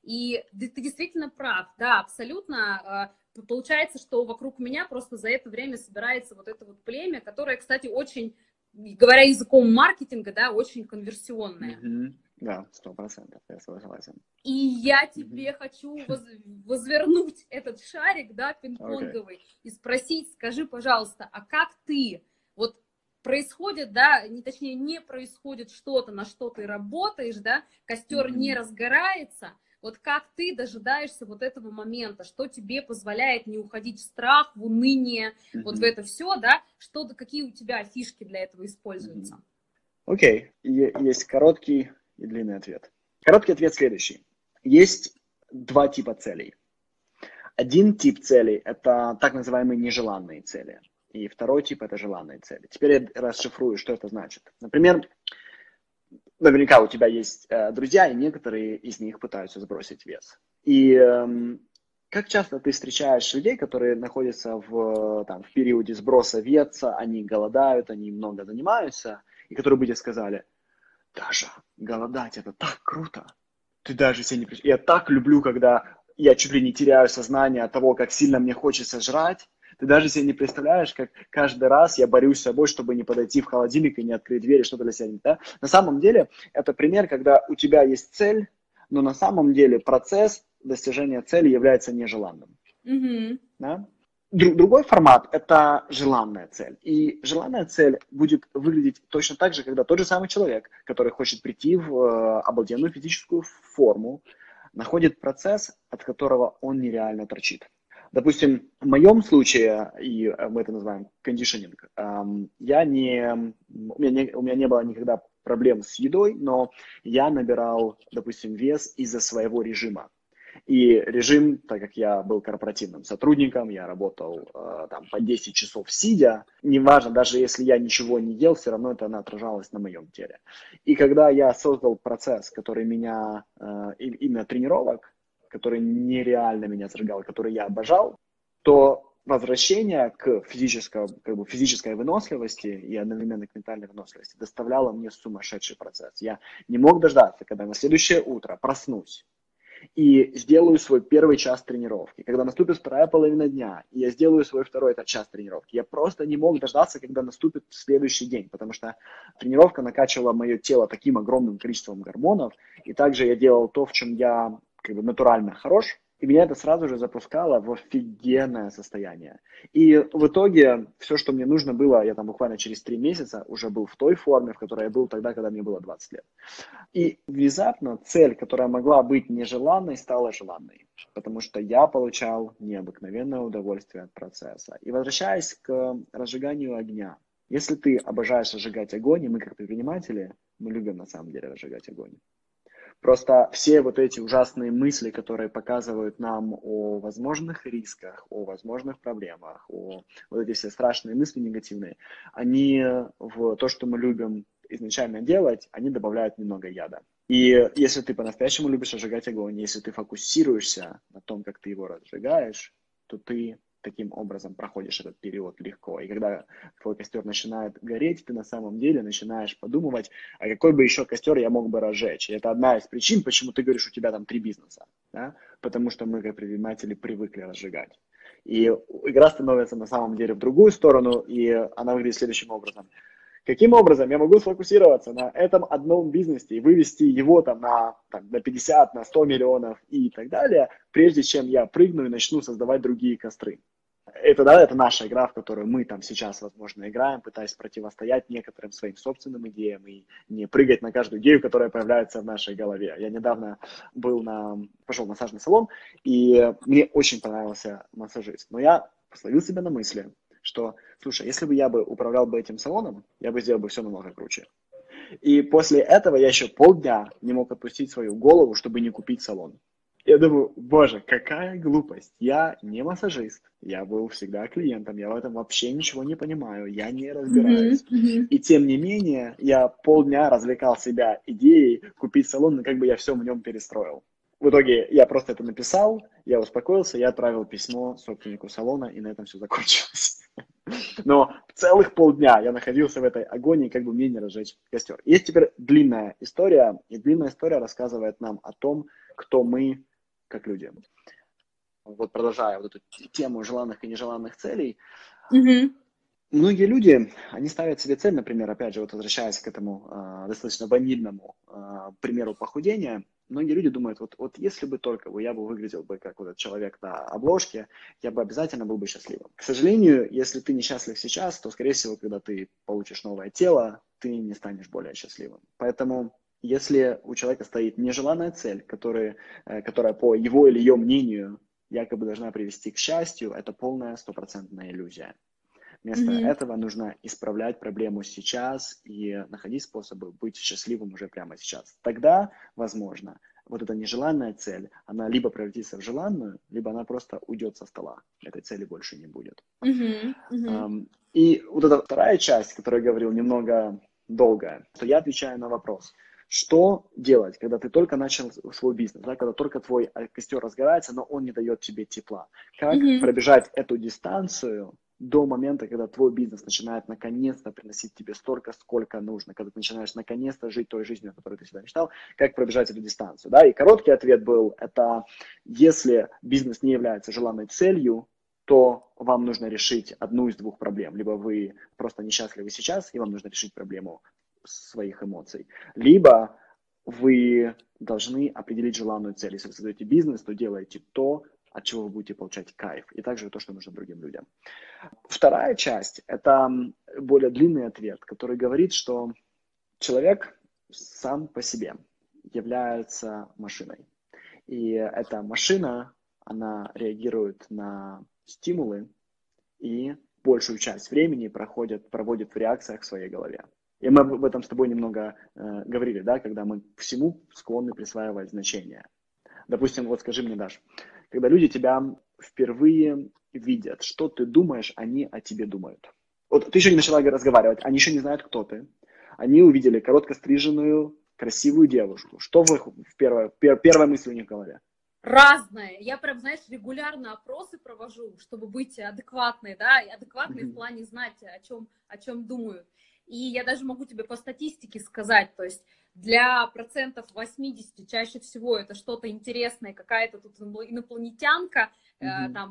И ты, ты действительно прав, да, абсолютно. Получается, что вокруг меня просто за это время собирается вот это вот племя, которое, кстати, очень, говоря языком маркетинга, да, очень конверсионное. Mm-hmm. Да, сто процентов, я согласен. И я тебе mm-hmm. хочу воз, возвернуть этот шарик, да, пинг-понговый, okay. и спросить, скажи, пожалуйста, а как ты, вот происходит, да, не, точнее, не происходит что-то, на что ты работаешь, да, костер mm-hmm. не разгорается, вот как ты дожидаешься вот этого момента, что тебе позволяет не уходить в страх, в уныние, mm-hmm. вот в это все, да, что, какие у тебя фишки для этого используются? Окей, okay. Есть короткий и длинный ответ. Короткий ответ следующий. Есть два типа целей. Один тип целей – это так называемые нежеланные цели. И второй тип – это желанные цели. Теперь я расшифрую, что это значит. Например, наверняка у тебя есть э, друзья, и некоторые из них пытаются сбросить вес. И э, как часто ты встречаешь людей, которые находятся в, там, в периоде сброса веса, они голодают, они много занимаются, и которые бы тебе сказали: Даша, голодать это так круто. Ты даже себе не представляешь. Я так люблю, когда я чуть ли не теряю сознание от того, как сильно мне хочется жрать. Ты даже себе не представляешь, как каждый раз я борюсь с собой, чтобы не подойти в холодильник и не открыть дверь и что-то для себя. Да? На самом деле, это пример, когда у тебя есть цель, но на самом деле процесс достижения цели является нежеланным. Mm-hmm. Да? Другой формат – это желанная цель. И желанная цель будет выглядеть точно так же, когда тот же самый человек, который хочет прийти в обалденную физическую форму, находит процесс, от которого он нереально торчит. Допустим, в моем случае, и мы это называем кондишнинг, я не, у меня не, у меня не было никогда проблем с едой, но я набирал, допустим, вес из-за своего режима. И режим, так как я был корпоративным сотрудником, я работал э, там по десять часов сидя, неважно, даже если я ничего не ел, все равно это отражалось на моем теле. И когда я создал процесс, который меня, э, именно тренировок, который нереально меня зажигал, который я обожал, то возвращение к физической, как бы физической выносливости и одновременно к ментальной выносливости доставляло мне сумасшедший процесс. Я не мог дождаться, когда на следующее утро проснусь и сделаю свой первый час тренировки. Когда наступит вторая половина дня, и я сделаю свой второй час тренировки. Я просто не мог дождаться, когда наступит следующий день, потому что тренировка накачивала мое тело таким огромным количеством гормонов, и также я делал то, в чем я как бы натурально хорош, и меня это сразу же запускало в офигенное состояние. И в итоге все, что мне нужно было, я там буквально через три месяца уже был в той форме, в которой я был тогда, когда мне было двадцать лет. И внезапно цель, которая могла быть нежеланной, стала желанной, потому что я получал необыкновенное удовольствие от процесса. И возвращаясь к разжиганию огня, если ты обожаешь разжигать огонь, и мы как предприниматели, мы любим на самом деле разжигать огонь. Просто все вот эти ужасные мысли, которые показывают нам о возможных рисках, о возможных проблемах, о вот эти все страшные мысли негативные, они в то, что мы любим изначально делать, они добавляют немного яда. И если ты по-настоящему любишь разжигать огонь, если ты фокусируешься на том, как ты его разжигаешь, то ты таким образом проходишь этот период легко. И когда твой костер начинает гореть, ты на самом деле начинаешь подумывать, а какой бы еще костер я мог бы разжечь. И это одна из причин, почему ты говоришь, у тебя там три бизнеса. Да? Потому что мы, как предприниматели, привыкли разжигать. И игра становится на самом деле в другую сторону, и она выглядит следующим образом. Каким образом я могу сфокусироваться на этом одном бизнесе и вывести его там на, там, на пятьдесят, на сто миллионов и так далее, прежде чем я прыгну и начну создавать другие костры. Это, да, это наша игра, в которую мы там сейчас, возможно, играем, пытаясь противостоять некоторым своим собственным идеям и не прыгать на каждую идею, которая появляется в нашей голове. Я недавно был на, пошел в массажный салон, и мне очень понравился массажист. Но я словил себя на мысли, что, слушай, если бы я бы управлял бы этим салоном, я бы сделал бы все намного круче. И после этого я еще полдня не мог отпустить свою голову, чтобы не купить салон. Я думаю, боже, какая глупость. Я не массажист, я был всегда клиентом, я в этом вообще ничего не понимаю, я не разбираюсь. Mm-hmm. Mm-hmm. И тем не менее, я полдня развлекал себя идеей купить салон, но как бы я все в нем перестроил. В итоге я просто это написал, я успокоился, я отправил письмо собственнику салона, и на этом все закончилось. Но целых полдня я находился в этой агонии, как бы мне не разжечь костер. Есть теперь длинная история, и длинная история рассказывает нам о том, кто мы как люди. Вот продолжая вот эту тему желанных и нежеланных целей, Мгм. многие люди, они ставят себе цель, например, опять же, вот возвращаясь к этому э, достаточно ванильному э, примеру похудения, многие люди думают, вот, вот если бы только бы я бы выглядел бы как вот этот человек на обложке, я бы обязательно был бы счастливым. К сожалению, если ты несчастлив сейчас, то, скорее всего, когда ты получишь новое тело, ты не станешь более счастливым. Поэтому, если у человека стоит нежеланная цель, которая, э, которая по его или ее мнению якобы должна привести к счастью, это полная стопроцентная иллюзия. Вместо Мгм. этого нужно исправлять проблему сейчас и находить способы быть счастливым уже прямо сейчас. Тогда, возможно, вот эта нежеланная цель, она либо превратится в желанную, либо она просто уйдет со стола. Этой цели больше не будет. Мгм. Мгм. Ам, И вот эта вторая часть, о которой я говорил, немного долгая, то я отвечаю на вопрос. Что делать, когда ты только начал свой бизнес, да, когда только твой костер разгорается, но он не дает тебе тепла? Как Мгм. пробежать эту дистанцию до момента, когда твой бизнес начинает наконец-то приносить тебе столько, сколько нужно, когда ты начинаешь наконец-то жить той жизнью, о которой ты всегда мечтал, как пробежать эту дистанцию? Да? И короткий ответ был, это если бизнес не является желанной целью, то вам нужно решить одну из двух проблем. Либо вы просто несчастливы сейчас, и вам нужно решить проблему своих эмоций. Либо вы должны определить желанную цель. Если вы создаете бизнес, то делайте то, от чего вы будете получать кайф. И также то, что нужно другим людям. Вторая часть – это более длинный ответ, который говорит, что человек сам по себе является машиной. И эта машина, она реагирует на стимулы и большую часть времени проходит, проводит в реакциях в своей голове. И мы об этом с тобой немного э, говорили, да, когда мы всему склонны присваивать значение. Допустим, вот скажи мне, Даш, когда люди тебя впервые видят, что ты думаешь, они о тебе думают. Вот ты еще не начала разговаривать, они еще не знают, кто ты. Они увидели коротко стриженную, красивую девушку. Что в их в первая, пер, первая мысль у них в голове? Разное. Я прям, знаешь, регулярно опросы провожу, чтобы быть адекватной, да, и адекватной в Мгм. плане знать, о чем, о чем думают. И я даже могу тебе по статистике сказать, то есть для процентов восемьдесят чаще всего это что-то интересное, какая-то тут инопланетянка, э, Мгм. там,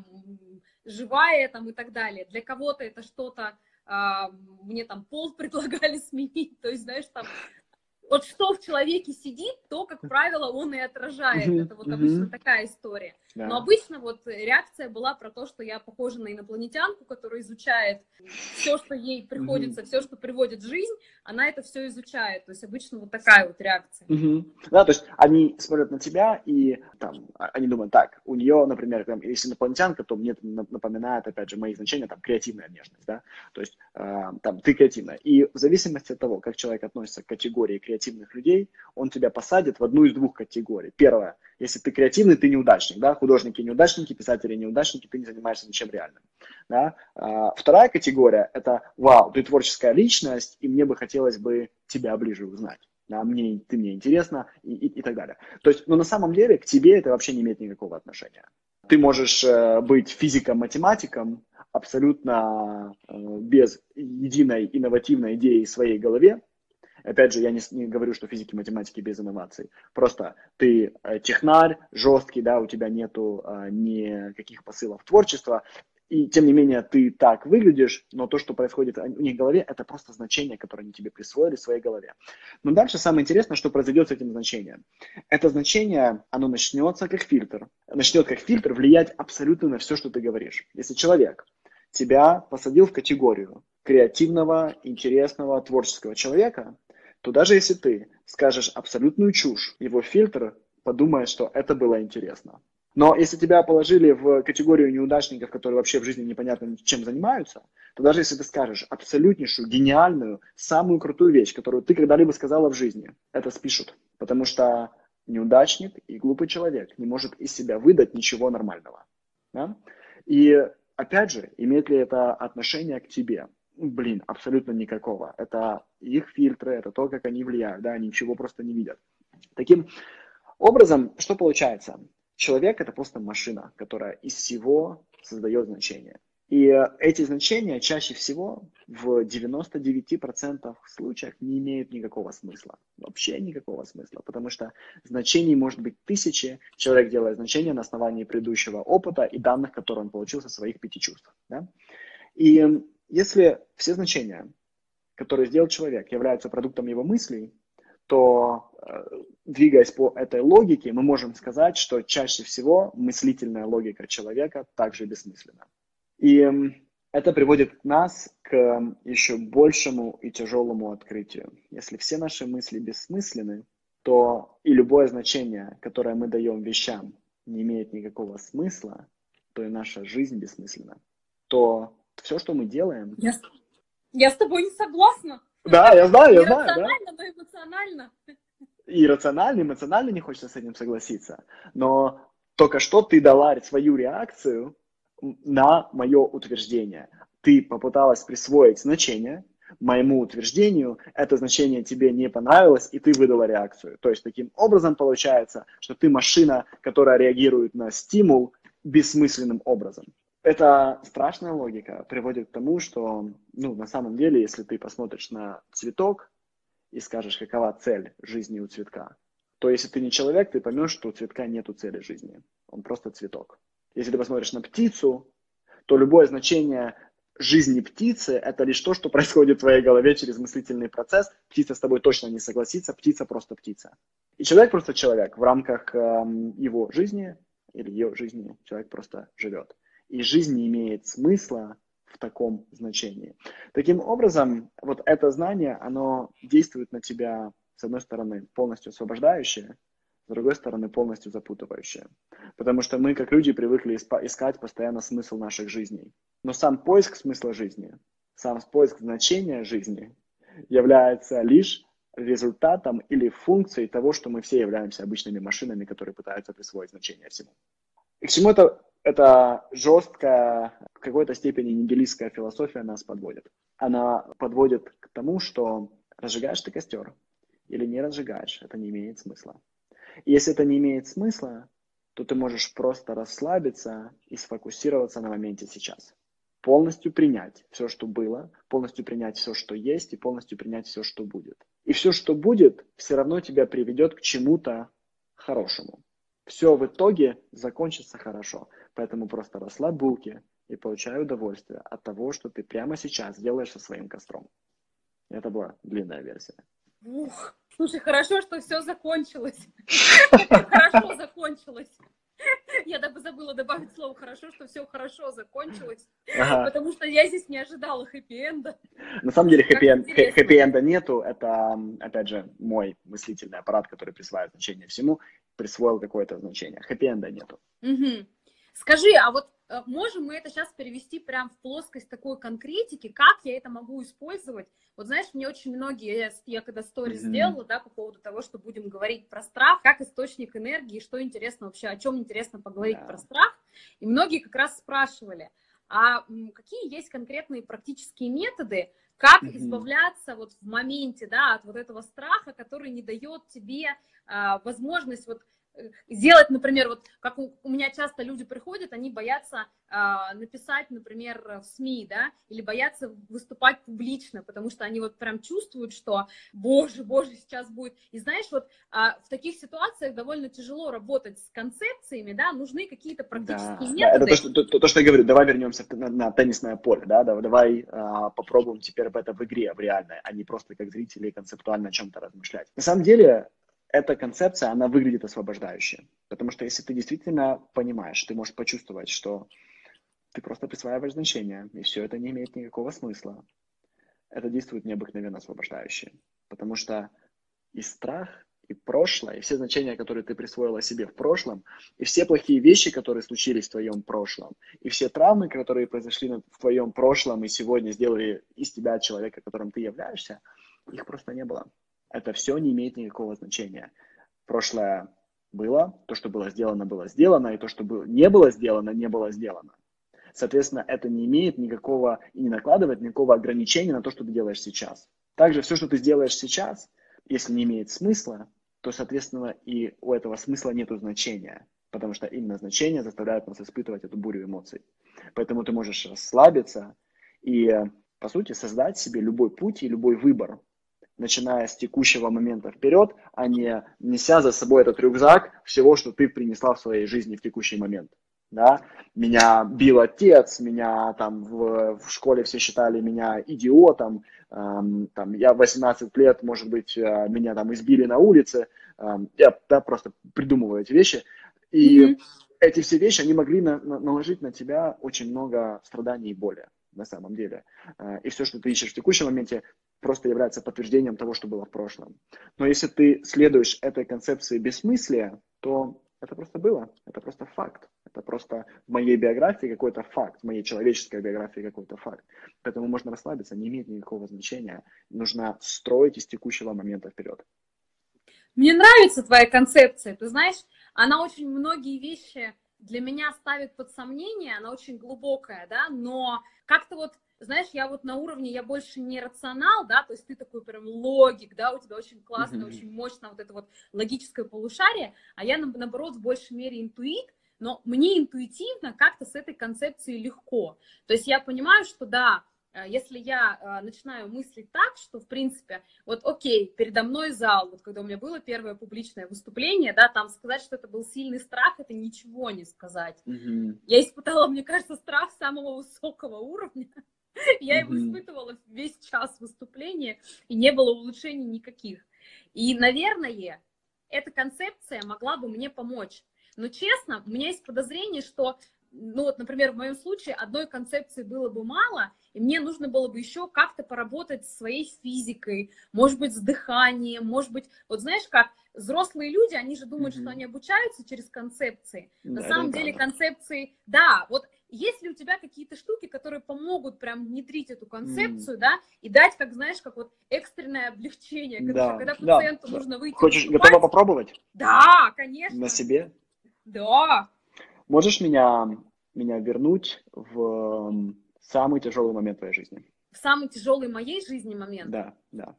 живая там и так далее. Для кого-то это что-то, э, мне там пол предлагали сменить, то есть, знаешь, там, вот что в человеке сидит, то, как правило, он и отражает. Мгм. Это вот обычно Мгм. такая история. Но Да. обычно вот реакция была про то, что я похожа на инопланетянку, которая изучает все, что ей Мгм. приходится, все, что приводит в жизнь, она это все изучает. То есть обычно вот такая вот реакция. Мгм. Да, то есть они смотрят на тебя и там, а- они думают, так, у нее, например, там, если инопланетянка, то мне это на- напоминает, опять же, мои значения, там, креативная внешность, да, то есть э, там, ты креативная. И в зависимости от того, как человек относится к категории креативных людей, он тебя посадит в одну из двух категорий. Первое, если ты креативный, ты неудачник, да, художники неудачники, писатели неудачники, ты не занимаешься ничем реальным, да. А, вторая категория, это, вау, ты творческая личность, и мне бы хотелось бы тебя ближе узнать. Да, мне, ты мне интересна и, и, и так далее. То есть, но на самом деле к тебе это вообще не имеет никакого отношения. Ты можешь э, быть физиком-математиком абсолютно э, без единой инновативной идеи в своей голове. Опять же, я не, не говорю, что физики и математики без инноваций. Просто ты э, технарь, жесткий, да, у тебя нету э, никаких посылов творчества, и тем не менее ты так выглядишь, но то, что происходит у них в голове, это просто значение, которое они тебе присвоили в своей голове. Но дальше самое интересное, что произойдет с этим значением. Это значение, оно начнется как фильтр, начнет как фильтр влиять абсолютно на все, что ты говоришь. Если человек тебя посадил в категорию креативного, интересного, творческого человека, то даже если ты скажешь абсолютную чушь, его фильтр подумает, что это было интересно. Но если тебя положили в категорию неудачников, которые вообще в жизни непонятно чем занимаются, то даже если ты скажешь абсолютнейшую, гениальную, самую крутую вещь, которую ты когда-либо сказала в жизни, это спишут. Потому что неудачник и глупый человек не может из себя выдать ничего нормального. Да? И опять же, имеет ли это отношение к тебе? Блин, абсолютно никакого. Это их фильтры, это то, как они влияют, да, они ничего просто не видят. Таким образом, что получается? Человек – это просто машина, которая из всего создает значение. И э, эти значения чаще всего в девяноста девяти процентах случаев не имеют никакого смысла. Вообще никакого смысла. Потому что значений может быть тысячи. Человек делает значения на основании предыдущего опыта и данных, которые он получил со своих пяти чувств. Да? И э, если все значения, которые сделал человек, являются продуктом его мыслей, то, э, двигаясь по этой логике, мы можем сказать, что чаще всего мыслительная логика человека также бессмысленна. И это приводит нас к еще большему и тяжелому открытию. Если все наши мысли бессмысленны, то и любое значение, которое мы даем вещам, не имеет никакого смысла, то и наша жизнь бессмысленна. То все, что мы делаем... Я, я с тобой не согласна. Да, я знаю, я знаю. Иррационально, но эмоционально. И рационально, эмоционально не хочется с этим согласиться. Но только что ты дала свою реакцию на мое утверждение. Ты попыталась присвоить значение моему утверждению, это значение тебе не понравилось, и ты выдала реакцию. То есть таким образом получается, что ты машина, которая реагирует на стимул бессмысленным образом. Эта страшная логика приводит к тому, что, ну, на самом деле, если ты посмотришь на цветок и скажешь, какова цель жизни у цветка, то если ты не человек, ты поймешь, что у цветка нету цели жизни. Он просто цветок. Если ты посмотришь на птицу, то любое значение жизни птицы – это лишь то, что происходит в твоей голове через мыслительный процесс. Птица с тобой точно не согласится, птица просто птица. И человек просто человек. В рамках эм, его жизни или ее жизни человек просто живет. И жизнь не имеет смысла в таком значении. Таким образом, вот это знание, оно действует на тебя, с одной стороны, полностью освобождающее, с другой стороны, полностью запутывающее. Потому что мы, как люди, привыкли искать постоянно смысл наших жизней. Но сам поиск смысла жизни, сам поиск значения жизни является лишь результатом или функцией того, что мы все являемся обычными машинами, которые пытаются присвоить значение всему. И к чему это, это жесткая, в какой-то степени нигилистская философия нас подводит. Она подводит к тому, что разжигаешь ты костер или не разжигаешь, это не имеет смысла. И если это не имеет смысла, то ты можешь просто расслабиться и сфокусироваться на моменте сейчас. Полностью принять все, что было, полностью принять все, что есть, и полностью принять все, что будет. И все, что будет, все равно тебя приведет к чему-то хорошему. Все в итоге закончится хорошо. Поэтому просто расслабь булки и получай удовольствие от того, что ты прямо сейчас делаешь со своим костром. Это была длинная версия. Ух, слушай, хорошо, что все закончилось. Хорошо закончилось. Я даже забыла добавить слово «хорошо», что все хорошо закончилось, ага. Потому что я здесь не ожидала хэппи-энда. На самом деле хэппи-энда хэппи нету, это, опять же, мой мыслительный аппарат, который присваивает значение всему, присвоил какое-то значение. Хэппи-энда нету. Угу. Скажи, а вот можем мы это сейчас перевести прям в плоскость такой конкретики, как я это могу использовать? Вот знаешь, мне очень многие, я, я когда сторис mm-hmm. сделала, да, по поводу того, что будем говорить про страх, как источник энергии, что интересно вообще, о чем интересно поговорить yeah. про страх, и многие как раз спрашивали, а какие есть конкретные практические методы, как mm-hmm. избавляться вот в моменте, да, от вот этого страха, который не дает тебе а, возможность вот сделать, например, вот как у, у меня часто люди приходят, они боятся э, написать, например, в СМИ, да, или боятся выступать публично, потому что они вот прям чувствуют, что, боже, боже, сейчас будет. И знаешь, вот э, в таких ситуациях довольно тяжело работать с концепциями, да, нужны какие-то практические да, методы. Да, это то что, то, то, что я говорю, давай вернемся на, на теннисное поле, да, давай э, попробуем теперь это в игре, в реальной, а не просто как зрители концептуально о чем-то размышлять. На самом деле, эта концепция, она выглядит освобождающе. Потому что если ты действительно понимаешь, ты можешь почувствовать, что ты просто присваиваешь значение, и все это не имеет никакого смысла, это действует необыкновенно освобождающе. Потому что и страх, и прошлое, и все значения, которые ты присвоила себе в прошлом, и все плохие вещи, которые случились в твоем прошлом, и все травмы, которые произошли в твоем прошлом и сегодня сделали из тебя человека, которым ты являешься, их просто не было. Это все не имеет никакого значения. Прошлое было, то, что было сделано, было сделано, и то, что было, не было сделано, не было сделано. Соответственно, это не имеет никакого и не накладывает никакого ограничения на то, что ты делаешь сейчас. Также все, что ты сделаешь сейчас, если не имеет смысла, то, соответственно, и у этого смысла нету значения. потому что именно значения заставляют нас испытывать эту бурю эмоций. Поэтому ты можешь расслабиться и, по сути, создать себе любой путь и любой выбор, начиная с текущего момента вперед, а не неся за собой этот рюкзак всего, что ты принесла в своей жизни в текущий момент. Да? Меня бил отец, меня там в, в школе все считали меня идиотом, эм, там, я в восемнадцать лет, может быть, э, меня там избили на улице, эм, я да, просто придумываю эти вещи, и mm-hmm. эти все вещи, они могли на, на, наложить на тебя очень много страданий и боли, на самом деле, э, и все, что ты ищешь в текущем моменте, просто является подтверждением того, что было в прошлом. Но если ты следуешь этой концепции бессмыслия, то это просто было, это просто факт. Это просто в моей биографии какой-то факт, в моей человеческой биографии какой-то факт. Поэтому можно расслабиться, не имеет никакого значения. Нужно строить из текущего момента вперед. Мне нравится твоя концепция. Ты знаешь, она очень многие вещи для меня ставит под сомнение, она очень глубокая, да, но как-то вот, знаешь, я вот на уровне, я больше не рационал, да, то есть ты такой прям логик, да, у тебя очень классно, mm-hmm. очень мощно вот это вот логическое полушарие, а я, наоборот, в большей мере интуит, но мне интуитивно как-то с этой концепцией легко. То есть я понимаю, что да, если я начинаю мыслить так, что, в принципе, вот окей, передо мной зал, вот когда у меня было первое публичное выступление, да, там сказать, что это был сильный страх, это ничего не сказать. Mm-hmm. Я испытала, мне кажется, страх самого высокого уровня. Я его испытывала весь час выступления, и не было улучшений никаких. И, наверное, эта концепция могла бы мне помочь. Но, честно, у меня есть подозрение, что, ну вот, например, в моем случае одной концепции было бы мало, и мне нужно было бы еще как-то поработать со своей физикой, может быть, с дыханием, может быть, вот знаешь как, взрослые люди, они же думают, mm-hmm. что они обучаются через концепции. На да, самом деле правда. Концепции, да, вот есть ли у тебя какие-то штуки, которые помогут прям внедрить эту концепцию, mm. да, и дать, как знаешь, как вот экстренное облегчение, когда, да, когда да, пациенту да. нужно выйти. Хочешь, выступать. Готова попробовать? Да, конечно. На себе? Да. Можешь меня, меня вернуть в самый тяжелый момент твоей жизни? В самый тяжелый моей жизни момент? Да, да.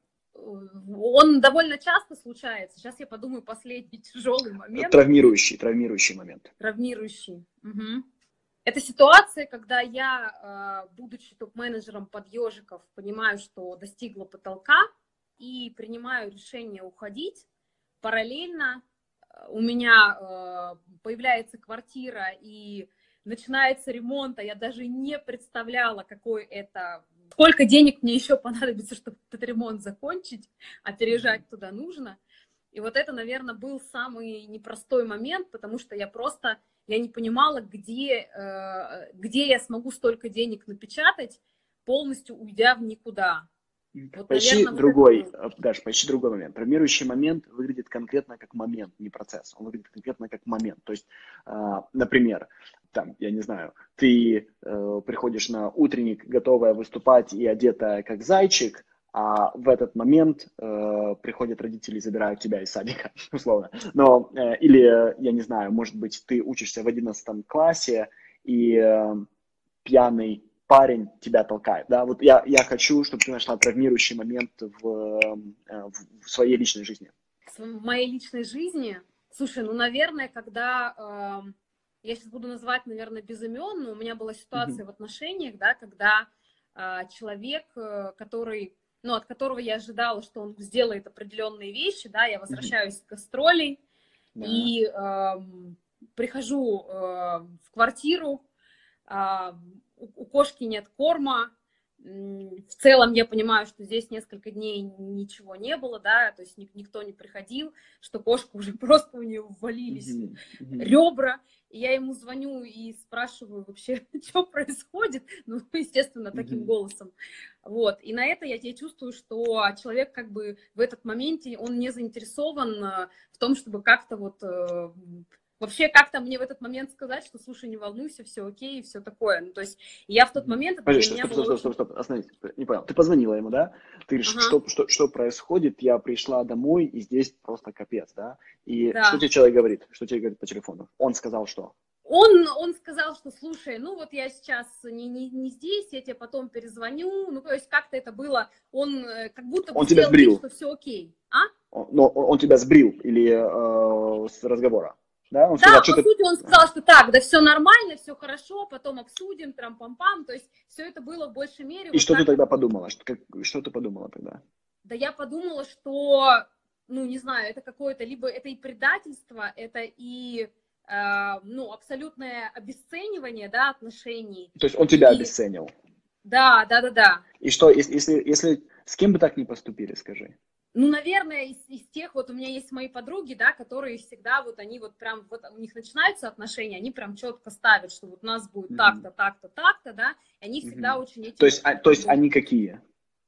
Он довольно часто случается. Сейчас я подумаю, последний тяжелый момент. Травмирующий, травмирующий момент. Травмирующий. Угу. Это ситуация, когда я, будучи топ-менеджером под ежиков, понимаю, что достигла потолка и принимаю решение уходить. Параллельно у меня появляется квартира и начинается ремонт, а я даже не представляла, какой это, сколько денег мне еще понадобится, чтобы этот ремонт закончить, а переезжать туда нужно. И вот это, наверное, был самый непростой момент, потому что я просто, я не понимала, где, где я смогу столько денег напечатать, полностью уйдя в никуда. Вот, поищи наверное, другой, вот Даш, поищи другой момент. Травмирующий момент выглядит конкретно как момент, не процесс. Он выглядит конкретно как момент. То есть, э, например, там, я не знаю, ты э, приходишь на утренник, готовая выступать и одетая как зайчик, а в этот момент э, приходят родители и забирают тебя из садика, условно. Но, э, или, я не знаю, может быть, ты учишься в одиннадцатом классе и э, пьяный парень тебя толкает, да, вот я, я хочу, чтобы ты нашла травмирующий момент в, в, в своей личной жизни. В моей личной жизни? Слушай, ну, наверное, когда, э, я сейчас буду называть, наверное, без имен, но у меня была ситуация mm-hmm. в отношениях, да, когда э, человек, э, который, ну, от которого я ожидала, что он сделает определенные вещи, да, я возвращаюсь mm-hmm. с гастролей yeah. и э, прихожу э, в квартиру, э, у кошки нет корма, в целом я понимаю, что здесь несколько дней ничего не было, да, то есть никто не приходил, что кошка уже просто у нее ввалились mm-hmm. Mm-hmm. ребра, и я ему звоню и спрашиваю вообще, что происходит, ну, естественно, таким mm-hmm. голосом, вот, и на это я, я чувствую, что человек как бы в этот моменте, он не заинтересован в том, чтобы как-то вот... Вообще, как-то мне в этот момент сказать, что, слушай, не волнуйся, все окей, и все такое. Ну, то есть я в тот момент... Подожди, что, стоп, стоп, стоп, стоп, стоп, остановись, не понял. Ты позвонила ему, да? Ты говоришь, ага. что, что, что происходит, я пришла домой, и здесь просто капец, да? И да. Что тебе человек говорит? Что тебе говорит по телефону? Он сказал что? Он, он сказал, что, слушай, ну вот я сейчас не, не, не здесь, я тебе потом перезвоню. Ну, то есть как-то это было, он как будто бы он тебя сбрил. Вид, что все окей. А? Он, но он тебя сбрил или э, с разговора? Да, он Да, сказал, по что ты... сути, он сказал, что так, да все нормально, все хорошо, потом обсудим, трам-пам-пам. То есть все это было в большей мере И вот что ты так вот. тогда подумала? Что, как, что ты подумала тогда? Да я подумала, что, ну, не знаю, это какое-то, либо это и предательство, это и, э, ну, абсолютное обесценивание, да, отношений. То есть он тебя И обесценил. да, да, да, да. И что, если, если, если с кем бы так не поступили, скажи? Ну, наверное, из, из тех, вот у меня есть мои подруги, да, которые всегда вот они вот прям, вот у них начинаются отношения, они прям четко ставят, что вот у нас будет Мгм. так-то, так-то, так-то, да, и они всегда Мгм. очень То этим, есть, а, то как есть бы, они какие?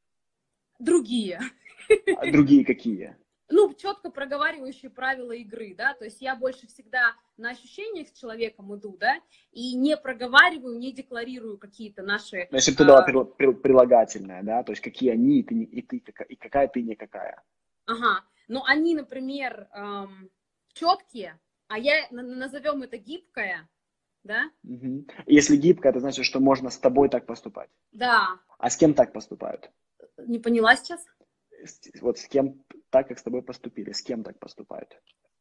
другие. А другие какие? Ну, четко проговаривающие правила игры, да, то есть я больше всегда на ощущениях с человеком иду, да, и не проговариваю, не декларирую какие-то наши... Ну, если бы ты дала а, прил- прил- прилагательное, да, то есть какие они, и ты, не- и ты кака- и какая ты не какая. ага, но они, например, эм, четкие, а я, на- назовем это гибкое, да, Мгм. Если гибко, это значит, что можно с тобой так поступать. да, А с кем так поступают? не поняла сейчас? С- Вот с кем так, как с тобой поступили, с кем так поступают?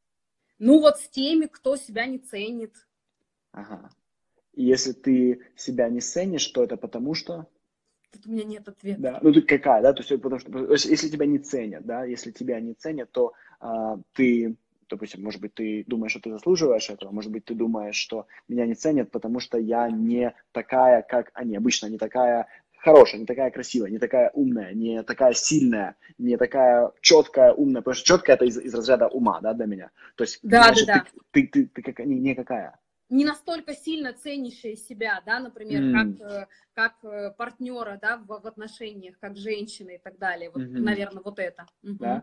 Ну, вот с теми, кто себя не ценит. Ага. И если ты себя не ценишь, то это потому что... Тут у меня нет ответа. Да, ну ты какая, да, то есть потому что то есть, если тебя не ценят, да, если тебя не ценят, то а, ты, допустим, может быть, ты думаешь, что ты заслуживаешь этого, может быть, ты думаешь, что меня не ценят, потому что я не такая, как они, обычно не такая хорошая, не такая красивая, не такая умная, не такая сильная, не такая четкая, умная, потому что четкая это из, из разряда ума, да, для меня, то есть, Да, да, значит, ты, да. ты, ты, ты как, не, не какая. Не настолько сильно ценящая себя, да, например, как, М, э, как э, партнера, да, в, в отношениях, как женщина и так далее. Вот, мгм, наверное, вот это. да. Мгм.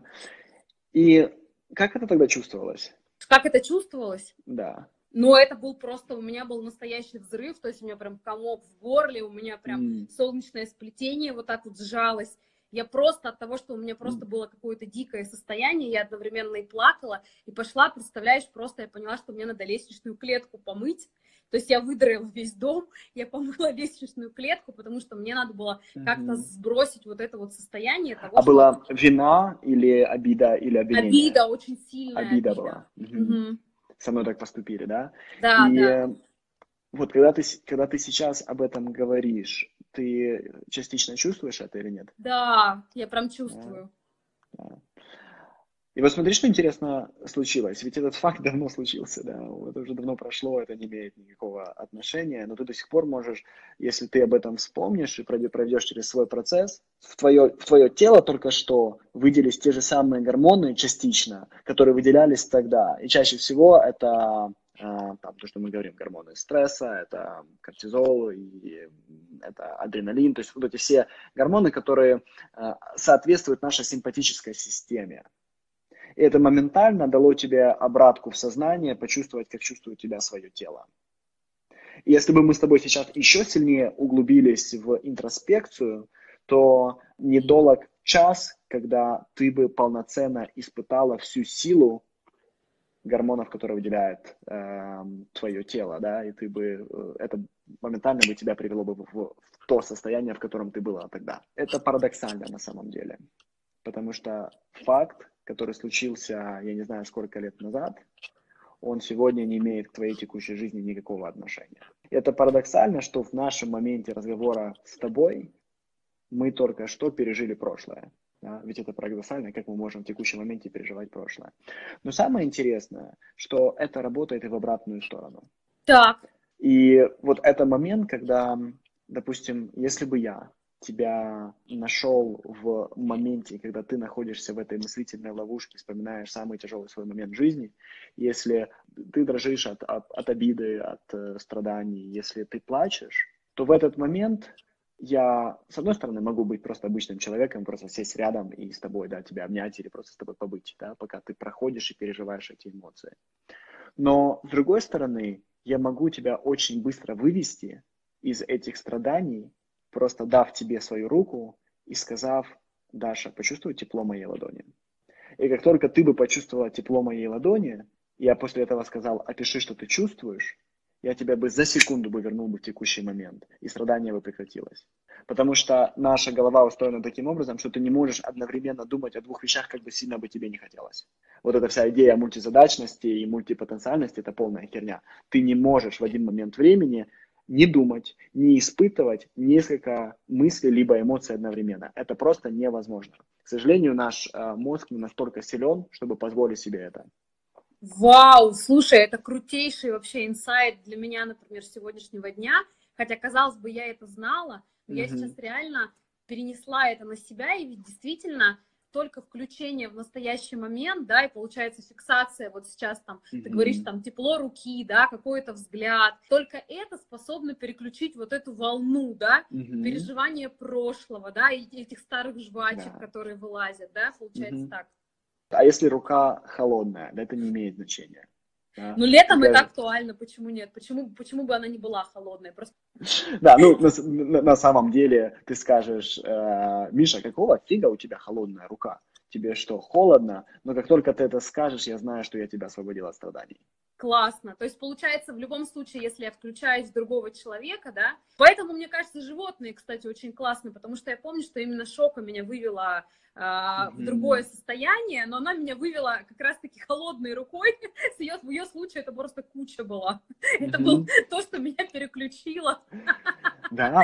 И как это тогда чувствовалось? Как это чувствовалось? Да. Но это был просто, у меня был настоящий взрыв, то есть у меня прям комок в горле, у меня прям М, солнечное сплетение вот так вот сжалось. Я просто от того, что у меня м. просто было какое-то дикое состояние, я одновременно и плакала, и пошла, представляешь, просто я поняла, что мне надо лестничную клетку помыть. То есть я выдрала весь дом, я помыла лестничную клетку, потому что мне надо было как-то Мгм. сбросить вот это вот состояние того, А что была вина или обида или обвинение? обида, очень сильная Обида обида. была. Мгм. Мгм. Со мной так поступили, да? Да, И да, э, вот когда ты, с- когда ты сейчас об этом говоришь, ты частично чувствуешь это или нет? да, я прям Да, чувствую. да. И вот смотри, что интересно случилось. Ведь этот факт давно случился, да, это уже давно прошло, это не имеет никакого отношения, но ты до сих пор можешь, если ты об этом вспомнишь и пройдё- пройдешь через свой процесс, в твое, в твое тело только что выделились те же самые гормоны частично, которые выделялись тогда. И чаще всего это а, там, то, что мы говорим, гормоны стресса, это кортизол, и это адреналин, то есть вот эти все гормоны, которые а, соответствуют нашей симпатической системе. И это моментально дало тебе обратку в сознание, почувствовать, как чувствует тебя свое тело. И если бы мы с тобой сейчас еще сильнее углубились в интроспекцию, то недолг час, когда ты бы полноценно испытала всю силу гормонов, которые выделяет э, твое тело, да, и ты бы, э, это моментально бы тебя привело бы в, в то состояние, в котором ты была тогда. Это парадоксально на самом деле. Потому что факт, который случился, я не знаю, сколько лет назад, он сегодня не имеет к твоей текущей жизни никакого отношения. И это парадоксально, что в нашем моменте разговора с тобой мы только что пережили прошлое. Да? Ведь это парадоксально, как мы можем в текущем моменте переживать прошлое. Но самое интересное, что это работает и в обратную сторону. Так, И вот это момент, когда, допустим, если бы я тебя нашел в моменте, когда ты находишься в этой мыслительной ловушке, вспоминаешь самый тяжелый свой момент жизни, если ты дрожишь от, от, от обиды, от э, страданий, если ты плачешь, то в этот момент я, с одной стороны, могу быть просто обычным человеком, просто сесть рядом и с тобой, да, тебя обнять или просто с тобой побыть, да, пока ты проходишь и переживаешь эти эмоции. Но, с другой стороны, я могу тебя очень быстро вывести из этих страданий, просто дав тебе свою руку и сказав: Даша, почувствуй тепло моей ладони. И как только ты бы почувствовала тепло моей ладони, я после этого сказал: опиши, что ты чувствуешь, я тебя бы за секунду бы вернул бы в текущий момент, и страдание бы прекратилось. Потому что наша голова устроена таким образом, что ты не можешь одновременно думать о двух вещах, как бы сильно бы тебе не хотелось. Вот эта вся идея мультизадачности и мультипотенциальности – это полная херня. Ты не можешь в один момент времени не думать, не испытывать несколько мыслей либо эмоций одновременно. Это просто невозможно. К сожалению, наш э, мозг не настолько силен, чтобы позволить себе это. Вау, слушай, это крутейший вообще инсайт для меня, например, сегодняшнего дня. Хотя, казалось бы, я это знала, но mm-hmm. я сейчас реально перенесла это на себя, и ведь действительно только включение в настоящий момент, да, и получается фиксация, вот сейчас там, mm-hmm. ты говоришь, там, тепло руки, да, какой-то взгляд, только это способно переключить вот эту волну, да, mm-hmm. переживания прошлого, да, и этих старых жвачек, yeah. которые вылазят, да, получается mm-hmm. так. А если рука холодная, да, это не имеет значения. Да? Ну, летом это актуально, почему нет? Почему, почему бы она не была холодной? Просто... Да, ну, на, на самом деле ты скажешь, э, Миша, какого фига у тебя холодная рука? Тебе что, холодно? Но как только ты это скажешь, я знаю, что я тебя освободил от страданий. Классно. То есть, получается, в любом случае, если я включаюсь в другого человека, да, поэтому, мне кажется, животные, кстати, очень классно, потому что я помню, что именно Шока меня вывела э, mm-hmm. в другое состояние, но она меня вывела как раз-таки холодной рукой. С ее, в ее случае это просто куча была. Mm-hmm. Это было то, что меня переключило. Да.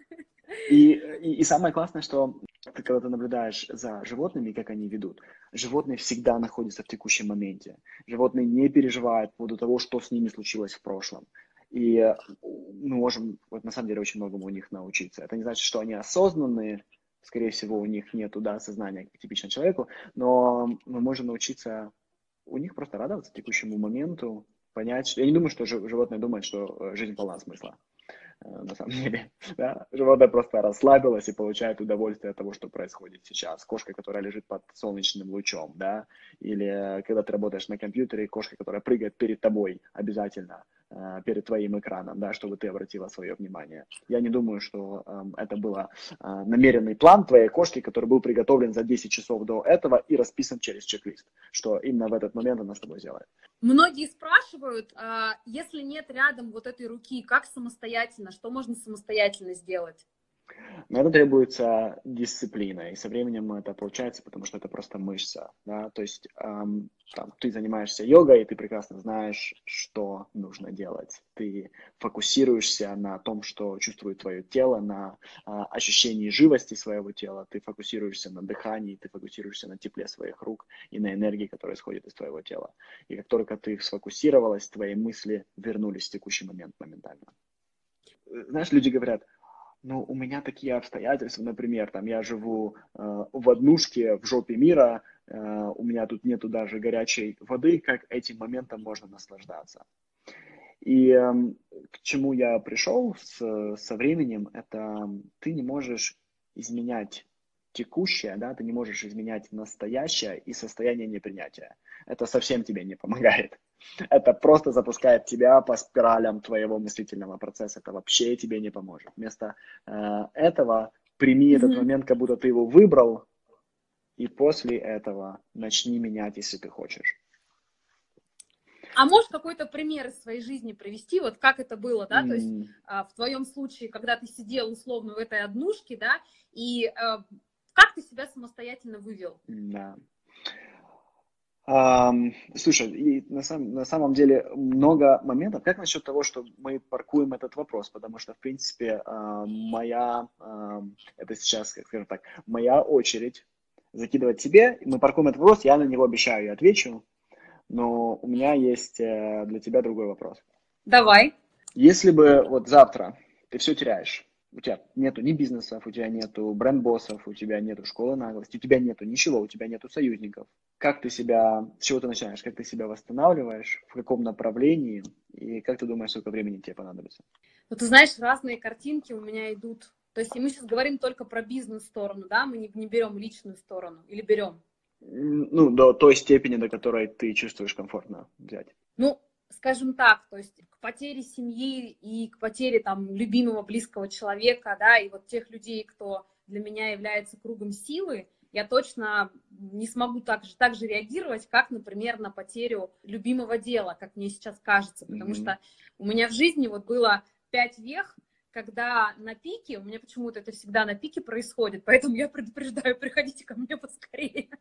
И, и, и самое классное, что ты, когда ты наблюдаешь за животными, как они ведут, животные всегда находятся в текущем моменте. Животные не переживают по поводу того, что с ними случилось в прошлом. И мы можем, вот на самом деле, очень многому у них научиться. Это не значит, что они осознанные, скорее всего, у них нет да, сознания, как типичному человеку, но мы можем научиться у них просто радоваться текущему моменту, понять, что... Я не думаю, что животное думает, что жизнь полна смысла. На самом деле, да, животное просто расслабилось и получает удовольствие от того, что происходит сейчас. Кошка, которая лежит под солнечным лучом, да, или когда ты работаешь на компьютере, кошка, которая прыгает перед тобой обязательно, перед твоим экраном, да, чтобы ты обратила свое внимание. Я не думаю, что э, это был э, намеренный план твоей кошки, который был приготовлен за десять часов до этого и расписан через чек-лист, что именно в этот момент она с тобой сделает. Многие спрашивают, а если нет рядом вот этой руки, как самостоятельно, что можно самостоятельно сделать? Но это требуется дисциплина, и со временем это получается, потому что это просто мышца, да, то есть эм, там, ты занимаешься йогой, и ты прекрасно знаешь, что нужно делать, ты фокусируешься на том, что чувствует твое тело, на э, ощущении живости своего тела, ты фокусируешься на дыхании, ты фокусируешься на тепле своих рук и на энергии, которая исходит из твоего тела, и как только ты сфокусировалась, твои мысли вернулись в текущий момент моментально. Знаешь, люди говорят: ну, у меня такие обстоятельства, например, там я живу э, в однушке в жопе мира, э, у меня тут нету даже горячей воды, как этим моментом можно наслаждаться. И э, к чему я пришел с, со временем, это ты не можешь изменять текущее, да, ты не можешь изменять настоящее и состояние непринятия. Это совсем тебе не помогает. Это просто запускает тебя по спиралям твоего мыслительного процесса. Это вообще тебе не поможет. Вместо э, этого прими mm-hmm. этот момент, как будто ты его выбрал, и после этого начни менять, если ты хочешь. А можешь какой-то пример из своей жизни привести, вот как это было, да, mm. то есть э, в твоем случае, когда ты сидел условно в этой однушке, да, и э, как ты себя самостоятельно вывел? Да. Um, слушай, и на, сам, на самом деле много моментов. Как насчет того, что мы паркуем этот вопрос? Потому что, в принципе, uh, моя, uh, это сейчас, скажем так, моя очередь закидывать тебе. Мы паркуем этот вопрос, я на него обещаю и отвечу. Но у меня есть uh, для тебя другой вопрос. Давай. Если бы вот завтра ты все теряешь, у тебя нету ни бизнесов, у тебя нету бренд-боссов, у тебя нету школы наглости, у тебя нету ничего, у тебя нету союзников. Как ты себя, с чего ты начинаешь, как ты себя восстанавливаешь, в каком направлении, и как ты думаешь, сколько времени тебе понадобится? Ну, ты знаешь, разные картинки у меня идут. То есть, и мы сейчас говорим только про бизнес-сторону, да, мы не, не берем личную сторону, или берем? Ну, до той степени, до которой ты чувствуешь комфортно взять. Ну, скажем так, то есть к потере семьи и к потере там любимого, близкого человека, да, и вот тех людей, кто для меня является кругом силы, я точно не смогу так же, так же реагировать, как, например, на потерю любимого дела, как мне сейчас кажется, потому Мгм. что у меня в жизни вот было пять вех, когда на пике, у меня почему-то это всегда на пике происходит, поэтому я предупреждаю, приходите ко мне поскорее.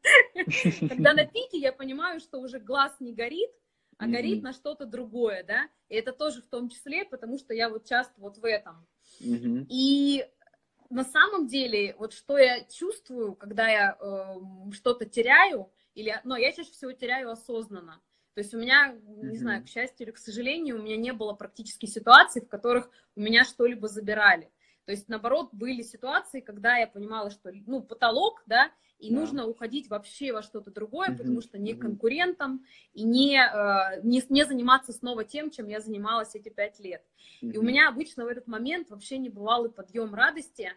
Когда на пике я понимаю, что уже глаз не горит, а горит Мгм. на что-то другое, да, и это тоже в том числе, потому что я вот часто вот в этом. Мгм. И на самом деле, вот что я чувствую, когда я э, что-то теряю, или, но я чаще всего теряю осознанно. То есть у меня, не знаю, к Мгм. счастью или к сожалению, у меня не было практически ситуаций, в которых у меня что-либо забирали. То есть, наоборот, были ситуации, когда я понимала, что, ну, потолок, да, и Да. нужно уходить вообще во что-то другое, потому Мгм. что не Мгм. конкурентом и не, э, не, не заниматься снова тем, чем я занималась эти пять лет. И у Мгм. меня обычно в этот момент вообще не бывалый подъем радости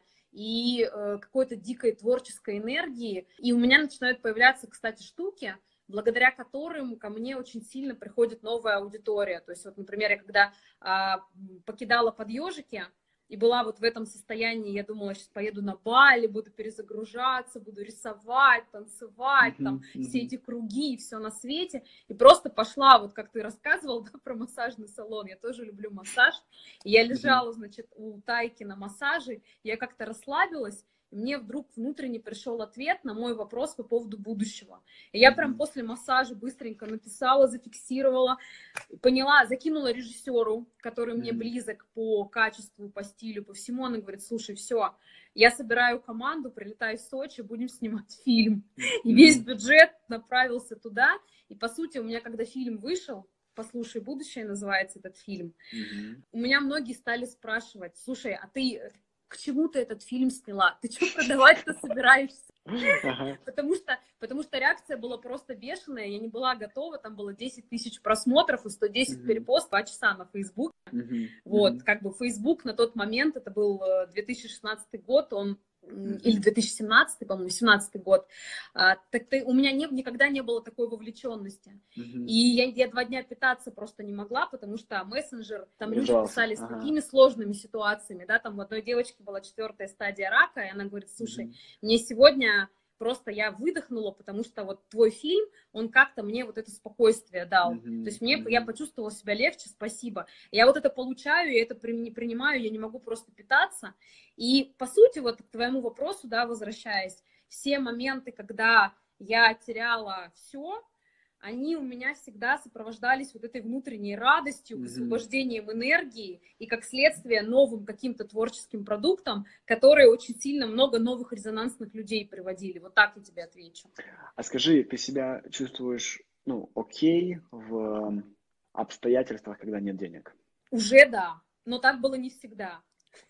и э, какой-то дикой творческой энергии. И у меня начинают появляться, кстати, штуки, благодаря которым ко мне очень сильно приходит новая аудитория. То есть вот, например, я когда а, покидала подъежики и была вот в этом состоянии, я думала, сейчас поеду на Бали, буду перезагружаться, буду рисовать, танцевать, там, Мгм. все Мгм. эти круги и все на свете. И просто пошла, вот как ты рассказывал, да, про массажный салон, я тоже люблю массаж. И я Мгм. лежала, значит, у Тайки на массаже, я как-то расслабилась, и мне вдруг внутренне пришел ответ на мой вопрос по поводу будущего. И я прям Мгм. после массажа быстренько написала, зафиксировала, поняла, закинула режиссеру, который мне Мгм. близок по качеству, по стилю, по всему. Она говорит, слушай, все, я собираю команду, прилетаю в Сочи, будем снимать фильм. И весь Мгм. бюджет направился туда. И, по сути, у меня, когда фильм вышел, «Послушай будущее» называется этот фильм, Мгм. у меня многие стали спрашивать, слушай, а ты к чему ты этот фильм сняла? Ты что продавать-то собираешься? Ага. Потому что, потому что реакция была просто бешеная, я не была готова, там было десять тысяч просмотров и сто десять Мгм. перепостов, два часа на Facebook. Мгм. Вот, Мгм. как бы Facebook на тот момент, это был э, две тысячи шестнадцатый год, он м, или Мгм. две тысячи семнадцатый, по-моему, семнадцатый год, а, так ты, у меня не, никогда не было такой вовлеченности. И Мгм. я, я два дня питаться просто не могла, потому что мессенджер, там люди Загружался. писали с Ага. такими сложными ситуациями, да, там у одной девочки была четвертая стадия рака, и она говорит, слушай, Мгм. мне сегодня просто я выдохнула, потому что вот твой фильм, он как-то мне вот это спокойствие дал. То Мгм. есть мне, я Мгм. почувствовала себя легче, спасибо. Я вот это получаю, я это при- принимаю, я не могу просто питаться. И, по сути, вот к твоему вопросу, да, возвращаясь, все моменты, когда я теряла все, они у меня всегда сопровождались вот этой внутренней радостью, Мгм. высвобождением энергии и, как следствие, новым каким-то творческим продуктом, которые очень сильно много новых резонансных людей приводили. Вот так я тебе отвечу. А скажи, ты себя чувствуешь, ну, окей в обстоятельствах, когда нет денег? Уже да, но так было не всегда.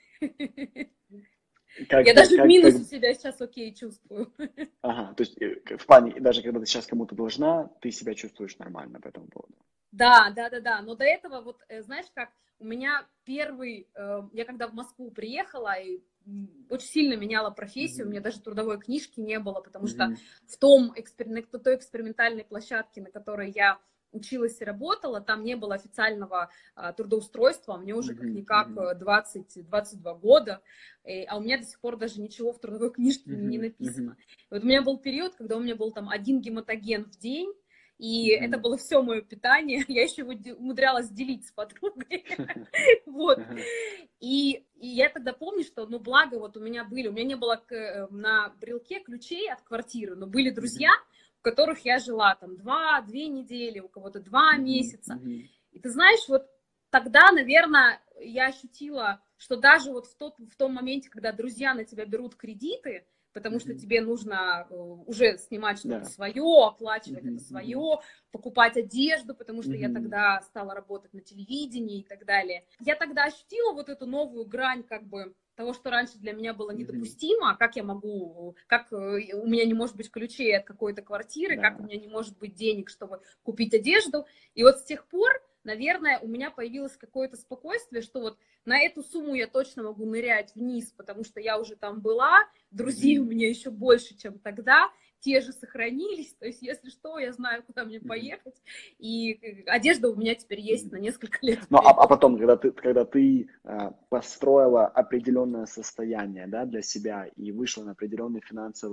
Как, Я как, даже в как, как, минусе себя сейчас окей чувствую. ага, то есть э, в плане, даже когда ты сейчас кому-то должна, ты себя чувствуешь нормально по этому поводу. Да, да, да, да. Но до этого, вот, э, знаешь, как у меня первый, э, я когда в Москву приехала и м, очень сильно меняла профессию, у Мгм. меня даже трудовой книжки не было, потому что Мгм. в том экспер- на той экспериментальной площадке, на которой я училась и работала, там не было официального а, трудоустройства, а мне уже Мгм. как-никак Мгм. э, двадцать-двадцать два года, э, а у меня до сих пор даже ничего в трудовой книжке не, не Мгм. написано. Мгм. И вот у меня был период, когда у меня был там один гематоген в день, и это Мгм. было все мое питание. Я еще его умудрялась делить с подругой. Вот. Ага. И, и я тогда помню, что, ну, благо, вот у меня были, у меня не было к, на брелке ключей от квартиры, но были друзья, Мгм. у которых я жила там два, две недели, у кого-то два Мгм. месяца. Мгм. И ты знаешь, вот тогда, наверное, я ощутила, что даже вот в, тот, в том моменте, когда друзья на тебя берут кредиты, потому что Мгм. тебе нужно э, уже снимать что-то Да. свое, оплачивать это Мгм. Мгм. свое, покупать одежду, потому что я Мгм. тогда стала работать на телевидении и так далее. Я тогда ощутила вот эту новую грань как бы того, что раньше для меня было Мгм. недопустимо, как я могу, как э, у меня не может быть ключей от какой-то квартиры, как у Да. меня не может быть денег, чтобы купить одежду. И вот с тех пор, наверное, у меня появилось какое-то спокойствие, что вот на эту сумму я точно могу нырять вниз, потому что я уже там была, друзей у Мгм. меня еще больше, чем тогда, те же сохранились, то есть если что, я знаю, куда мне Мгм. поехать, и э, одежда у меня теперь есть на Мгм. несколько лет Ну, а, вперед. а потом, когда ты, когда ты а, построила определенное состояние, да, для себя и вышла на определенный финансовый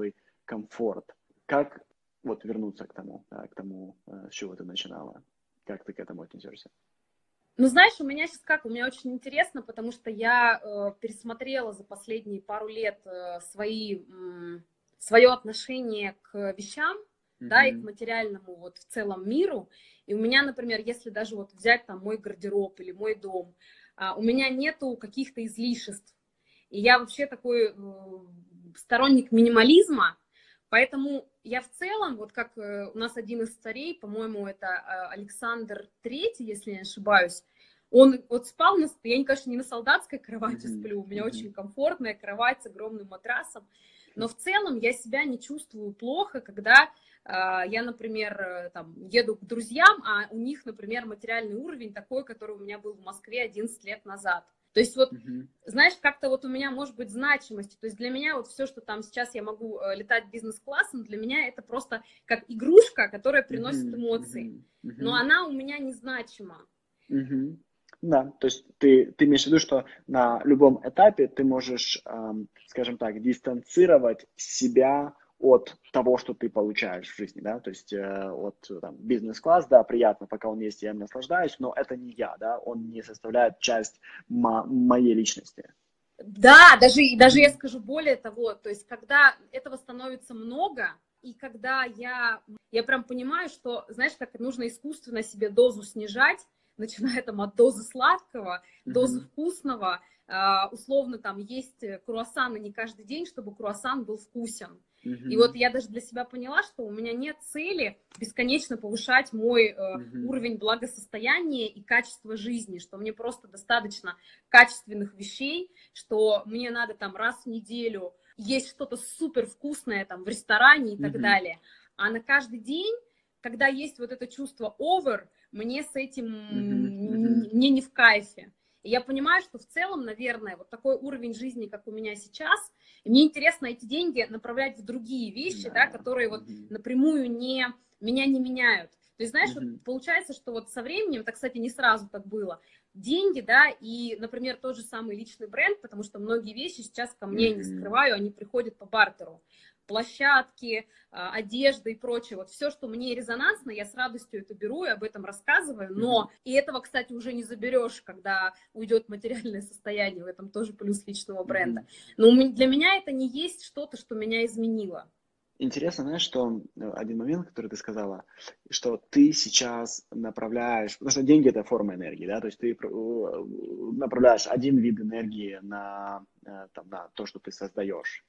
комфорт. Как вот вернуться к тому, да, к тому, с чего ты начинала? Как ты к этому отнесешься? Ну, знаешь, у меня сейчас как, у меня очень интересно, потому что я э, пересмотрела за последние пару лет э, свои, э, свое отношение к вещам, mm-hmm. да, и к материальному вот в целом миру. И у меня, например, если даже вот взять там мой гардероб или мой дом, э, у меня нету каких-то излишеств. И я вообще такой э, сторонник минимализма, поэтому я в целом, вот как э, у нас один из царей, по-моему, это э, Александр Третий, если не ошибаюсь, он вот спал, на, я, конечно, не на солдатской кровати mm-hmm. сплю, у меня mm-hmm. очень комфортная кровать с огромным матрасом, но в целом я себя не чувствую плохо, когда э, я, например, там, еду к друзьям, а у них, например, материальный уровень такой, который у меня был в Москве одиннадцать лет назад. То есть вот, mm-hmm. знаешь, как-то вот у меня может быть значимость. То есть для меня вот все, что там сейчас я могу э, летать бизнес-классом, для меня это просто как игрушка, которая приносит mm-hmm. эмоции. Mm-hmm. Но она у меня незначима. Mm-hmm. Да, то есть ты, ты имеешь в виду, что на любом этапе ты можешь, эм, скажем так, дистанцировать себя от того, что ты получаешь в жизни, да, то есть э, от там, бизнес-класс, да, приятно, пока он есть, я им наслаждаюсь, но это не я, да, он не составляет часть мо- моей личности. Да, даже, даже я скажу более того, то есть когда этого становится много, и когда я, я прям понимаю, что, знаешь, как нужно искусственно себе дозу снижать, начиная там от дозы сладкого, mm-hmm. дозы вкусного, условно там есть круассаны не каждый день, чтобы круассан был вкусен. Mm-hmm. И вот я даже для себя поняла, что у меня нет цели бесконечно повышать мой mm-hmm. уровень благосостояния и качества жизни, что мне просто достаточно качественных вещей, что мне надо там раз в неделю есть что-то супер вкусное там в ресторане и mm-hmm. так далее. А на каждый день, когда есть вот это чувство over, мне с этим, mm-hmm. Mm-hmm. мне не в кайфе. И я понимаю, что в целом, наверное, вот такой уровень жизни, как у меня сейчас, мне интересно эти деньги направлять в другие вещи, yeah. да, которые вот mm-hmm. напрямую не, меня не меняют. То есть, знаешь, mm-hmm. вот получается, что вот со временем, это, кстати, не сразу так было, деньги, да, и, например, тот же самый личный бренд, потому что многие вещи сейчас ко мне, mm-hmm. не скрываю, они приходят по бартеру. Площадки, одежда и прочее. Вот все, что мне резонансно, я с радостью это беру и об этом рассказываю. Но mm-hmm. и этого, кстати, уже не заберешь, когда уйдет материальное состояние. В этом тоже плюс личного бренда. Mm-hmm. Но для меня это не есть что-то, что меня изменило. Интересно, знаешь, что один момент, который ты сказала, что ты сейчас направляешь, потому что деньги – это форма энергии, да, то есть ты направляешь один вид энергии на, там, на то, что ты создаешь.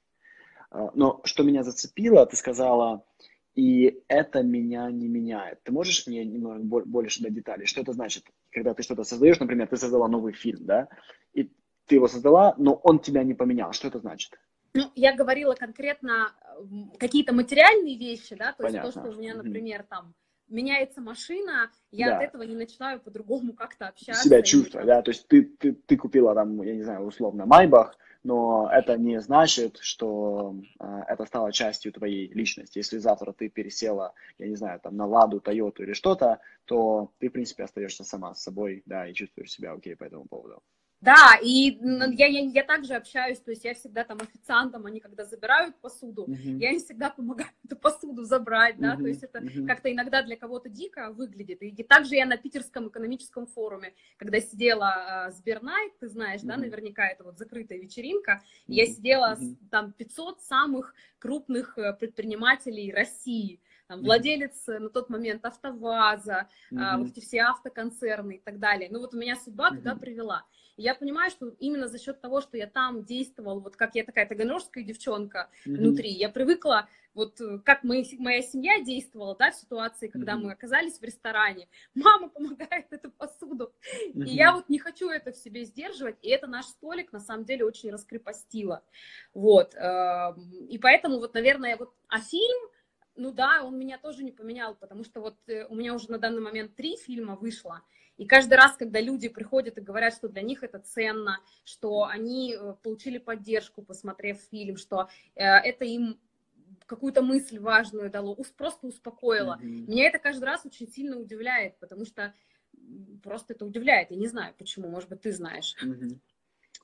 Но что меня зацепило, ты сказала, и это меня не меняет. Ты можешь мне немного больше дать деталей? Что это значит, когда ты что-то создаешь, например, ты создала новый фильм, да, и ты его создала, но он тебя не поменял. Что это значит? Ну, я говорила конкретно какие-то материальные вещи, да, то Понятно. есть то, что у меня, например, там меняется машина, я да. от этого не начинаю по-другому как-то общаться. Себя чувствовать, да, то есть ты, ты, ты купила там, я не знаю, условно, Майбах, но это не значит, что э, это стало частью твоей личности. Если завтра ты пересела, я не знаю, там на Ладу, Тойоту или что-то, то ты, в принципе, остаешься сама с собой, да, и чувствуешь себя окей по этому поводу. Да, и я, я, я также общаюсь, то есть я всегда там официантам, они когда забирают посуду, uh-huh. я им всегда помогаю эту посуду забрать, да, uh-huh. то есть это uh-huh. как-то иногда для кого-то дико выглядит. И, и также я на Питерском экономическом форуме, когда сидела э, с Бернайт, ты знаешь, uh-huh. да, наверняка это вот закрытая вечеринка, uh-huh. я сидела uh-huh. с там пятьсот самых крупных предпринимателей России. Там, владелец mm-hmm. на тот момент АвтоВАЗа, mm-hmm. а, вот эти все автоконцерны и так далее. Ну вот у меня судьба mm-hmm. туда привела. И я понимаю, что именно за счет того, что я там действовала, вот как я такая таганрожская девчонка mm-hmm. внутри, я привыкла, вот как мы, моя семья действовала, да, в ситуации, когда mm-hmm. мы оказались в ресторане. Мама помогает эту посуду. Mm-hmm. И я вот не хочу это в себе сдерживать, и это наш столик на самом деле очень раскрепостило. Вот. И поэтому вот, наверное, вот, а фильм, ну да, он меня тоже не поменял, потому что вот у меня уже на данный момент три фильма вышло, и каждый раз, когда люди приходят и говорят, что для них это ценно, что они получили поддержку, посмотрев фильм, что это им какую-то мысль важную дало, просто успокоило. Mm-hmm. Меня это каждый раз очень сильно удивляет, потому что просто это удивляет, я не знаю почему, может быть, ты знаешь. Mm-hmm.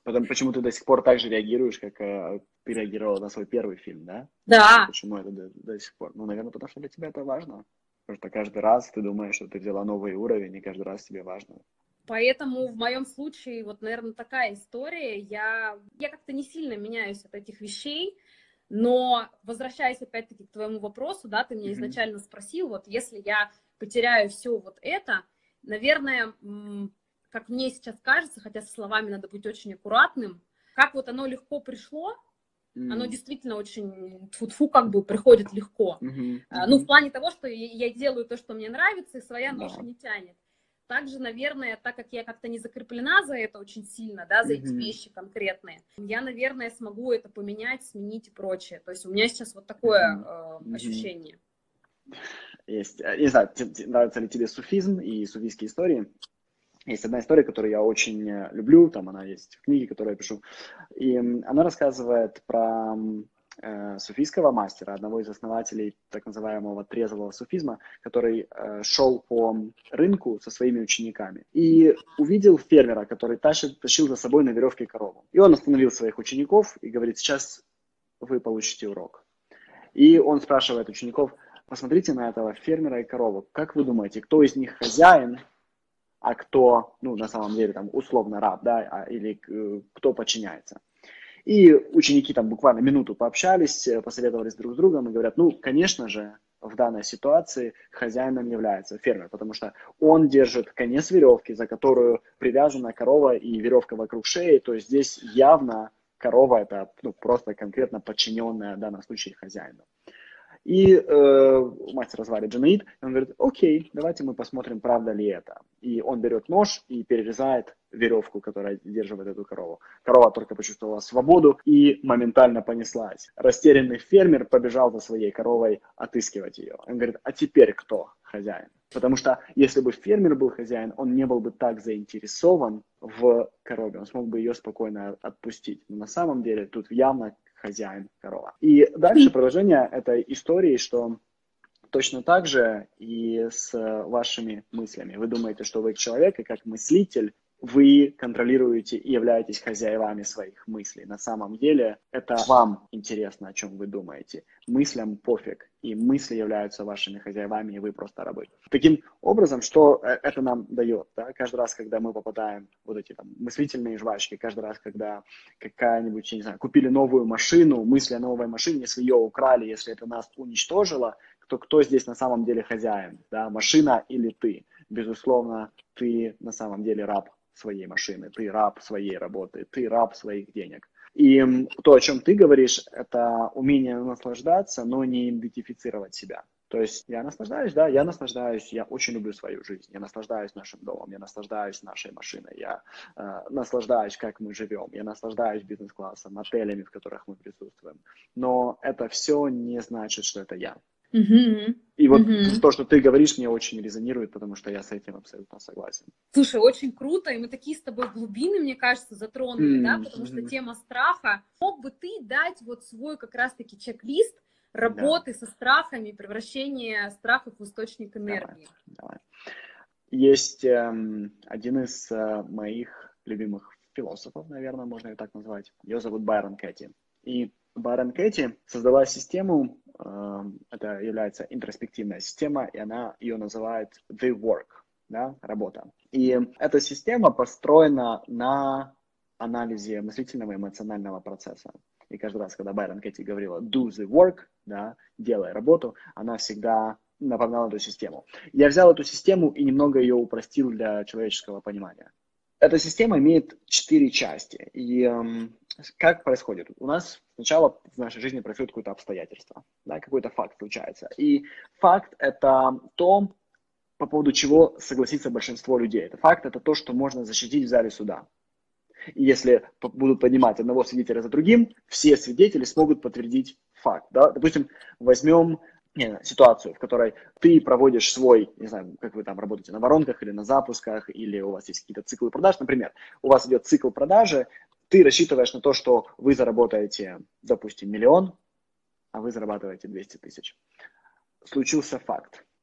Потом, почему ты до сих пор так же реагируешь, как э, ты реагировала на свой первый фильм, да? Да. Почему это до, до сих пор? Ну, наверное, потому что для тебя это важно. Потому что каждый раз ты думаешь, что ты взяла новый уровень, и каждый раз тебе важно. Поэтому в моем случае, вот, наверное, такая история. Я, я как-то не сильно меняюсь от этих вещей, но возвращаясь опять-таки к твоему вопросу, да, ты меня Mm-hmm. изначально спросил, вот если я потеряю все вот это, наверное, как мне сейчас кажется, хотя со словами надо быть очень аккуратным, как вот оно легко пришло, mm-hmm. оно действительно очень тьфу-тьфу как бы приходит легко. Mm-hmm. Mm-hmm. Ну, в плане того, что я делаю то, что мне нравится, и своя ноша не тянет. Также, наверное, так как я как-то не закреплена за это очень сильно, да, за mm-hmm. эти вещи конкретные, я, наверное, смогу это поменять, сменить и прочее. То есть у меня сейчас вот такое mm-hmm. э, ощущение. Есть, не знаю, нравится ли тебе суфизм и суфийские истории. Есть одна история, которую я очень люблю, там она есть в книге, которую я пишу, и она рассказывает про э, суфийского мастера, одного из основателей так называемого трезвого суфизма, который э, шел по рынку со своими учениками и увидел фермера, который тащит, тащил за собой на веревке корову. И он остановил своих учеников и говорит: сейчас вы получите урок. И он спрашивает учеников: посмотрите на этого фермера и корову, как вы думаете, кто из них хозяин, а кто, ну, на самом деле, там, условно раб, да, или э, кто подчиняется. И ученики там буквально минуту пообщались, посоветовались друг с другом и говорят: ну, конечно же, в данной ситуации хозяином является фермер, потому что он держит конец веревки, за которую привязана корова и веревка вокруг шеи, то есть здесь явно корова это, ну, просто конкретно подчиненная в данном случае хозяину. И э, мастера звали Джанаид, и он говорит: окей, давайте мы посмотрим, правда ли это. И он берет нож и перерезает веревку, которая держит эту корову. Корова только почувствовала свободу и моментально понеслась. Растерянный фермер побежал за своей коровой отыскивать ее. Он говорит: а теперь кто хозяин? Потому что если бы фермер был хозяин, он не был бы так заинтересован в корове, он смог бы ее спокойно отпустить. Но на самом деле тут явно хозяин корова. И дальше продолжение этой истории, что точно так же и с вашими мыслями. Вы думаете, что вы человек, и как мыслитель вы контролируете и являетесь хозяевами своих мыслей. На самом деле это вам интересно, о чем вы думаете. Мыслям пофиг, и мысли являются вашими хозяевами, и вы просто рабы. Таким образом, что это нам дает? Да? Каждый раз, когда мы попадаем в вот эти там мыслительные жвачки, каждый раз, когда какая-нибудь, я не знаю, купили новую машину, мысли о новой машине, если ее украли, если это нас уничтожило, то кто здесь на самом деле хозяин? Да? Машина или ты? Безусловно, ты на самом деле раб своей машины, ты раб своей работы, ты раб своих денег. И то, о чем ты говоришь, это умение наслаждаться, но не идентифицировать себя. То есть я наслаждаюсь, да, я наслаждаюсь, я очень люблю свою жизнь, я наслаждаюсь нашим домом, я наслаждаюсь нашей машиной, я э, наслаждаюсь, как мы живем, я наслаждаюсь бизнес-классом, отелями, в которых мы присутствуем. Но это все не значит, что это я. Mm-hmm. И вот mm-hmm. то, что ты говоришь, мне очень резонирует, потому что я с этим абсолютно согласен. Слушай, очень круто, и мы такие с тобой глубины, мне кажется, затронули, mm-hmm. да, потому что mm-hmm. тема страха. Мог бы ты дать вот свой как раз-таки чек-лист работы да. со страхами, превращения страхов в источник энергии? Давай, давай. Есть эм, один из э, моих любимых философов, наверное, можно ее так назвать. Ее зовут Байрон Кэти. И Байрон Кэти создала систему, э, это является интроспективная система, и она ее называет The Work, да, работа. И эта система построена на анализе мыслительного и эмоционального процесса. И каждый раз, когда Байрон Кэти говорила do the work, да, делай работу, она всегда напоминала эту систему. Я взял эту систему и немного ее упростил для человеческого понимания. Эта система имеет четыре части. И эм, как происходит? У нас сначала в нашей жизни происходит какое-то обстоятельство, да, какой-то факт случается. И факт – это то, по поводу чего согласится большинство людей. Это факт – это то, что можно защитить в зале суда. И если будут поднимать одного свидетеля за другим, все свидетели смогут подтвердить факт. Да? Допустим, возьмем не, ситуацию, в которой ты проводишь свой, не знаю, как вы там работаете, на воронках или на запусках, или у вас есть какие-то циклы продаж. Например, у вас идет цикл продажи, ты рассчитываешь на то, что вы заработаете, допустим, миллион, а вы зарабатываете двести тысяч. Случился факт.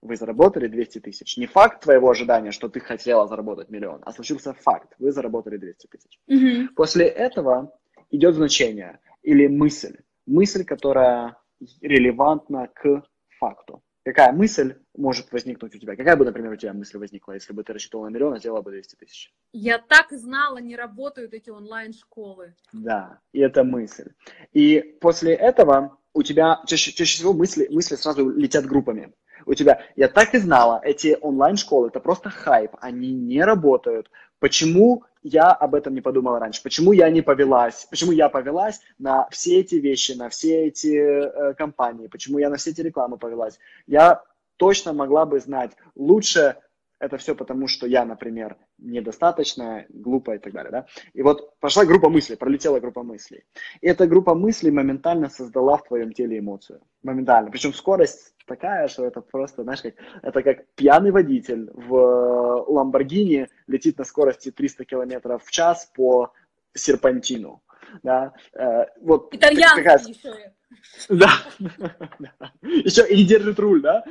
Вы заработали двести тысяч. Не факт твоего ожидания, что ты хотела заработать миллион, а случился факт. Вы заработали двести тысяч. Мгм. После этого идет значение или мысль. Мысль, которая релевантна к факту. Какая мысль может возникнуть у тебя? Какая бы, например, у тебя мысль возникла, если бы ты рассчитывала на миллион, а сделала бы двести тысяч? Я так и знала, не работают эти онлайн-школы. Да, и это мысль. И после этого у тебя чаще, чаще всего мысли, мысли сразу летят группами. У тебя, я так и знала, эти онлайн-школы, это просто хайп, они не работают. Почему я об этом не подумала раньше? Почему я не повелась? Почему я повелась на все эти вещи, на все эти э, компании? Почему я на все эти рекламы повелась? Я точно могла бы знать лучше. Это все потому, что я, например, недостаточно глупая и так далее. Да? И вот пошла группа мыслей, пролетела группа мыслей. И эта группа мыслей моментально создала в твоем теле эмоцию. Моментально. Причем скорость такая, что это просто, знаешь, как, это как пьяный водитель в Ламборгини летит на скорости триста километров в час по серпантину. Да? Э, вот Итальянский такая... еще. Да. Еще и не держит руль, да?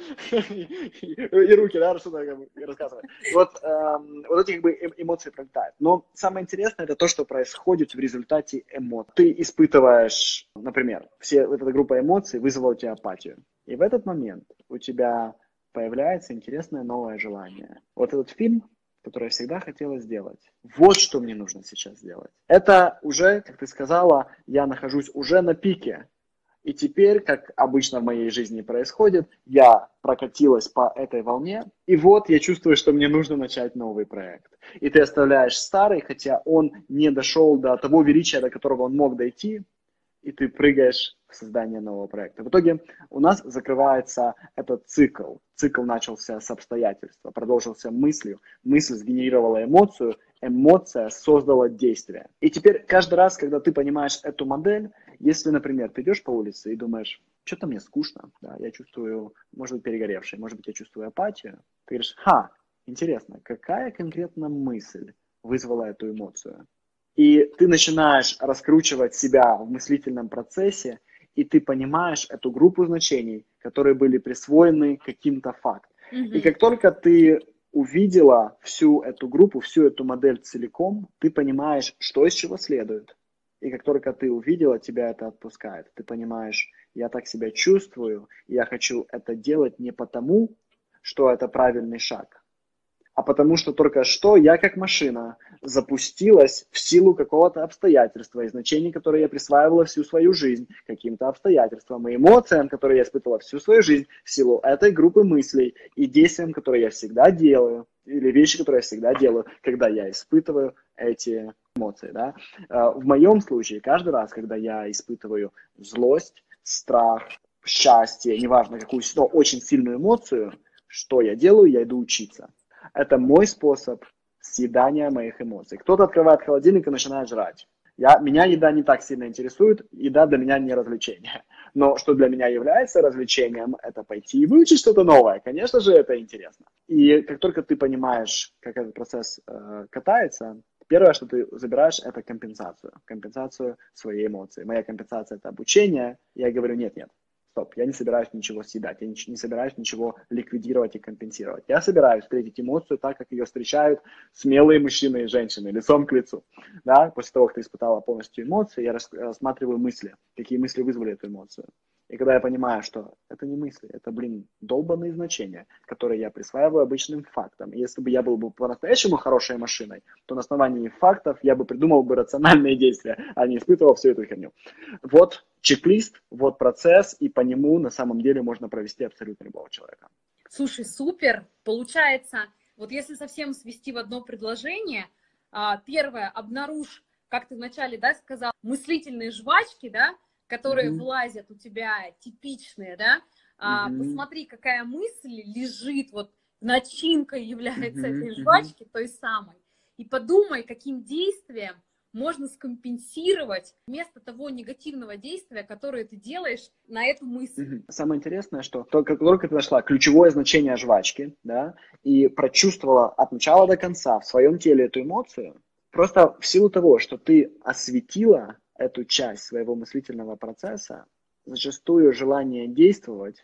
И руки, да, что-то как бы рассказывает. Вот, эм, вот эти как бы эмоции пролетают. Но самое интересное это то, что происходит в результате эмоций. Ты испытываешь, например, все, вот эта группа эмоций вызвала у тебя апатию. И в этот момент у тебя появляется интересное новое желание. Вот этот фильм, который я всегда хотела сделать. Вот что мне нужно сейчас сделать. Это уже, как ты сказала, я нахожусь уже на пике. И теперь, как обычно в моей жизни происходит, я прокатилась по этой волне, и вот я чувствую, что мне нужно начать новый проект. И ты оставляешь старый, хотя он не дошел до того величия, до которого он мог дойти, и ты прыгаешь в создание нового проекта. В итоге у нас закрывается этот цикл. Цикл начался с обстоятельства, продолжился мыслью, мысль сгенерировала эмоцию, эмоция создала действие. И теперь каждый раз, когда ты понимаешь эту модель, если, например, ты идешь по улице и думаешь, что-то мне скучно, да, я чувствую, может быть, перегоревший, может быть, я чувствую апатию, ты говоришь, ха, интересно, какая конкретно мысль вызвала эту эмоцию? И ты начинаешь раскручивать себя в мыслительном процессе, и ты понимаешь эту группу значений, которые были присвоены каким-то фактом. Мгм. И как только ты увидела всю эту группу, всю эту модель целиком, ты понимаешь, что из чего следует. И как только ты увидела, тебя это отпускает. Ты понимаешь, я так себя чувствую, и я хочу это делать не потому, что это правильный шаг, а потому что только что я как машина запустилась в силу какого-то обстоятельства и значений, которые я присваивала всю свою жизнь каким-то обстоятельствам и эмоциям, которые я испытывала всю свою жизнь в силу этой группы мыслей и действиям, которые я всегда делаю, или вещи, которые я всегда делаю, когда я испытываю эти эмоции. Да? В моем случае, каждый раз, когда я испытываю злость, страх, счастье, неважно какую, но очень сильную эмоцию, что я делаю? Я иду учиться. Это мой способ съедания моих эмоций. Кто-то открывает холодильник и начинает жрать. Я, меня еда не так сильно интересует, еда для меня не развлечение. Но что для меня является развлечением, это пойти и выучить что-то новое. Конечно же, это интересно. И как только ты понимаешь, как этот процесс э, катается, первое, что ты забираешь, это компенсацию. Компенсацию своей эмоции. Моя компенсация – это обучение. Я говорю, нет-нет. Стоп, я не собираюсь ничего съедать, я не, не собираюсь ничего ликвидировать и компенсировать. Я собираюсь встретить эмоцию так, как ее встречают смелые мужчины и женщины, лицом к лицу. Да? После того, как ты испытала полностью эмоции, я рассматриваю мысли, какие мысли вызвали эту эмоцию. И когда я понимаю, что это не мысли, это, блин, долбанные значения, которые я присваиваю обычным фактам. И если бы я был бы по-настоящему хорошей машиной, то на основании фактов я бы придумал бы рациональные действия, а не испытывал всю эту херню. Вот чек-лист, вот процесс, и по нему на самом деле можно провести абсолютно любого человека. Слушай, супер. Получается, вот если совсем свести в одно предложение, первое, обнаружь, как ты вначале, да, сказал, мыслительные жвачки, да, которые mm-hmm. вылазят у тебя, типичные, да, mm-hmm. посмотри, какая мысль лежит, вот начинкой является mm-hmm. этой жвачки, mm-hmm. той самой, и подумай, каким действием можно скомпенсировать вместо того негативного действия, которое ты делаешь на эту мысль. Mm-hmm. Самое интересное, что только, только ты нашла ключевое значение жвачки, да, и прочувствовала от начала до конца в своем теле эту эмоцию, просто в силу того, что ты осветила эту часть своего мыслительного процесса, зачастую желание действовать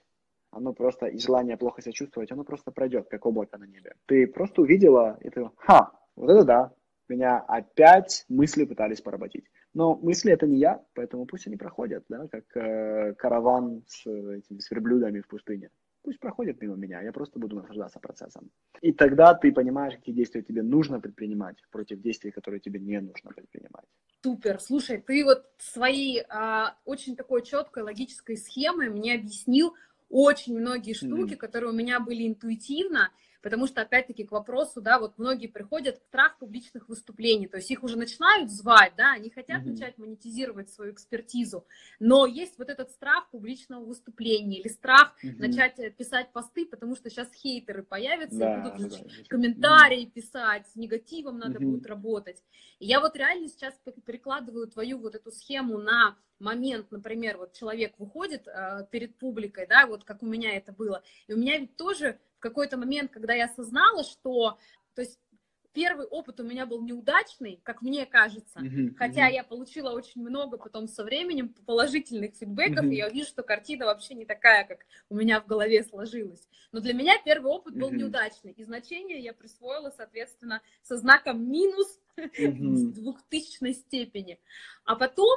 оно просто, и желание плохо себя чувствовать, оно просто пройдет, как облако на небе. Ты просто увидела, и ты, ха, вот это да, меня опять мысли пытались поработить. Но мысли это не я, поэтому пусть они проходят, да, как э, караван с этими с верблюдами в пустыне. Пусть проходят мимо меня, я просто буду наслаждаться процессом. И тогда ты понимаешь, какие действия тебе нужно предпринимать против действий, которые тебе не нужно предпринимать. Супер. Слушай, ты вот своей а, очень такой четкой логической схемой мне объяснил очень многие штуки, mm-hmm. которые у меня были интуитивно, потому что, опять-таки, к вопросу, да, вот многие приходят в страх публичных выступлений, то есть их уже начинают звать, да, они хотят mm-hmm. начать монетизировать свою экспертизу, но есть вот этот страх публичного выступления или страх mm-hmm. начать писать посты, потому что сейчас хейтеры появятся да, и будут да, да. комментарии mm-hmm. писать, с негативом надо mm-hmm. будет работать. И я вот реально сейчас перекладываю твою вот эту схему на момент, например, вот человек выходит э, перед публикой, да, вот как у меня это было, и у меня ведь тоже в какой-то момент, когда я осознала, что, то есть первый опыт у меня был неудачный, как мне кажется, uh-huh, хотя uh-huh. я получила очень много потом со временем положительных фидбэков, uh-huh. и я вижу, что картина вообще не такая, как у меня в голове сложилась. Но для меня первый опыт был uh-huh. неудачный, и значение я присвоила, соответственно, со знаком минус uh-huh. в двухтысячной степени. А потом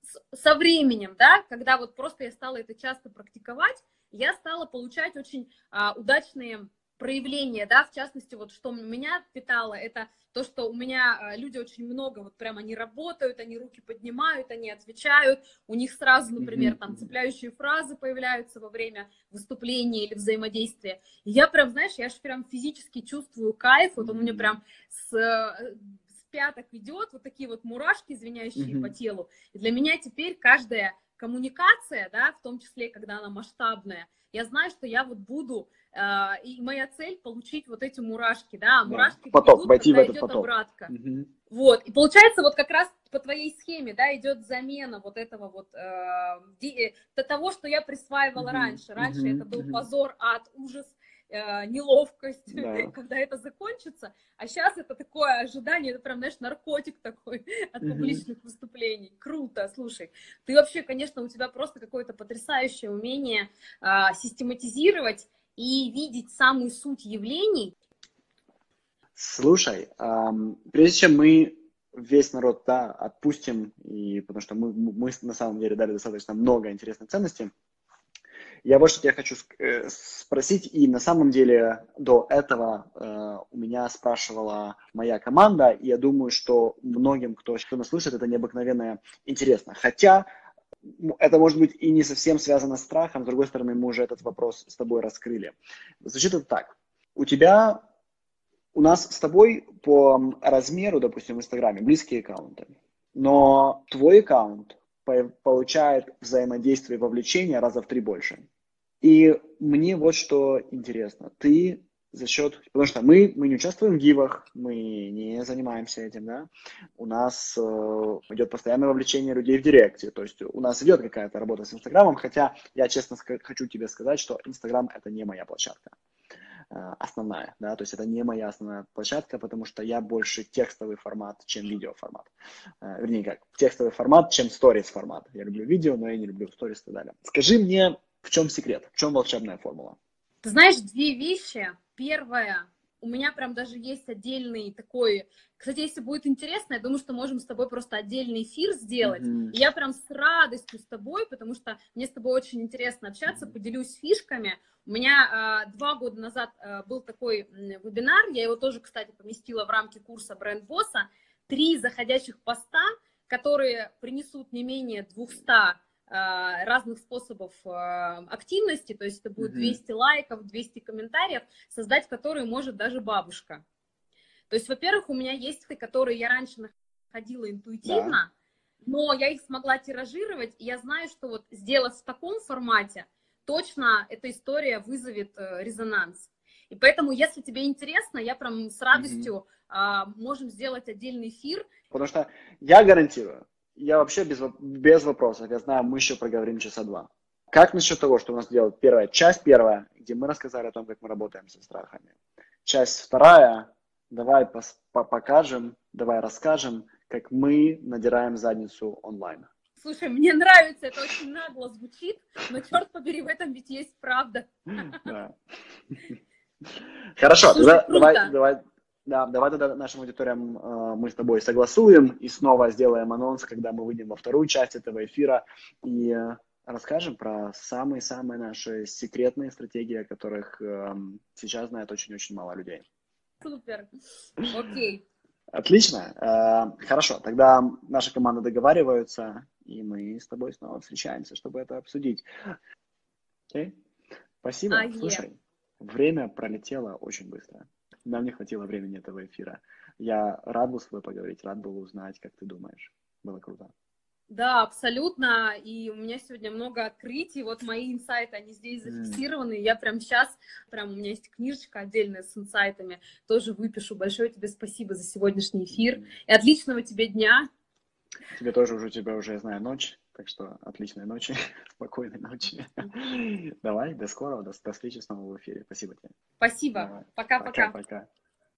со временем, да, когда вот просто я стала это часто практиковать, я стала получать очень а, удачные проявления, да, в частности, вот что меня питало, это то, что у меня а, люди очень много, вот прям они работают, они руки поднимают, они отвечают, у них сразу, например, там цепляющие фразы появляются во время выступления или взаимодействия. И я прям, знаешь, я же прям физически чувствую кайф, вот он у меня прям с... пяток идет, вот такие вот мурашки, звенящие mm-hmm. по телу. И для меня теперь каждая коммуникация, да, в том числе, когда она масштабная, я знаю, что я вот буду, э, и моя цель получить вот эти мурашки, да, мурашки yeah. поток, идут, войти когда в этот идет поток. обратка. Mm-hmm. Вот, и получается вот как раз по твоей схеме, да, идет замена вот этого вот, э, ди, того, что я присваивала mm-hmm. раньше. Раньше mm-hmm. это был mm-hmm. позор, ад, ужас, неловкость, да. когда это закончится, а сейчас это такое ожидание, это прям, знаешь, наркотик такой от uh-huh. публичных выступлений. Круто, слушай, ты вообще, конечно, у тебя просто какое-то потрясающее умение а, систематизировать и видеть самую суть явлений. Слушай, эм, прежде чем мы весь народ да, отпустим, и, потому что мы, мы на самом деле дали достаточно много интересных ценностей, я вот что тебя хочу спросить, и на самом деле до этого э, у меня спрашивала моя команда, и я думаю, что многим, кто, кто нас слышит, это необыкновенно интересно. Хотя это может быть и не совсем связано с страхом, с другой стороны, мы уже этот вопрос с тобой раскрыли. Звучит это так. У тебя, у нас с тобой по размеру, допустим, в Инстаграме близкие аккаунты, но твой аккаунт получает взаимодействие и вовлечение раза в три больше. И мне вот что интересно. Ты за счет... Потому что мы, мы не участвуем в гивах, мы не занимаемся этим, да. У нас э, идет постоянное вовлечение людей в директе. То есть у нас идет какая-то работа с Инстаграмом, хотя я честно хочу тебе сказать, что Инстаграм это не моя площадка э, основная, да. То есть это не моя основная площадка, потому что я больше текстовый формат, чем видеоформат. Э, вернее как, текстовый формат, чем сторис формат. Я люблю видео, но я не люблю сторис и так далее. Скажи мне, в чем секрет? В чем волшебная формула? Ты знаешь, две вещи. Первое, у меня прям даже есть отдельный такой... Кстати, если будет интересно, я думаю, что можем с тобой просто отдельный эфир сделать. Mm-hmm. И я прям с радостью с тобой, потому что мне с тобой очень интересно общаться, mm-hmm. поделюсь фишками. У меня э, два года назад э, был такой э, вебинар, я его тоже, кстати, поместила в рамки курса Бренд Босса. Три заходящих поста, которые принесут не менее двухсот разных способов активности, то есть это будет двести mm-hmm. лайков, двести комментариев, создать которые может даже бабушка. То есть, во-первых, у меня есть те, которые я раньше находила интуитивно, yeah. но я их смогла тиражировать, и я знаю, что вот сделав в таком формате, точно эта история вызовет резонанс. И поэтому, если тебе интересно, я прям с радостью mm-hmm. а, можем сделать отдельный эфир. Потому что я гарантирую, я вообще без, без вопросов, я знаю, мы еще проговорим часа два. Как насчет того, что у нас делать первая часть первая, где мы рассказали о том, как мы работаем со страхами. Часть вторая, давай пос, по, покажем, давай расскажем, как мы надираем задницу онлайн. Слушай, мне нравится, это очень нагло звучит, но, черт побери, в этом ведь есть правда. Да. Хорошо, Слушай, тогда круто. давай, давай, да, давай тогда нашим аудиториям э, мы с тобой согласуем и снова сделаем анонс, когда мы выйдем во вторую часть этого эфира и э, расскажем про самые-самые наши секретные стратегии, о которых э, сейчас знает очень-очень мало людей. Супер. Окей. Отлично. Э, хорошо, тогда наша команда договариваются, и мы с тобой снова встречаемся, чтобы это обсудить. Окей? Спасибо. А, е. Слушай, время пролетело очень быстро. Нам не хватило времени этого эфира. Я рад был с тобой поговорить, рад был узнать, как ты думаешь. Было круто. Да, абсолютно. И у меня сегодня много открытий. Вот мои инсайты, они здесь зафиксированы. Я прям сейчас, прям у меня есть книжечка отдельная с инсайтами, тоже выпишу. Большое тебе спасибо за сегодняшний эфир. И отличного тебе дня. Тебе тоже уже, тебя уже, я знаю, ночь. Так что отличной ночи, спокойной ночи. Давай, до скорого, до, до встречи снова в эфире. Спасибо тебе. Спасибо. Пока-пока. Пока-пока.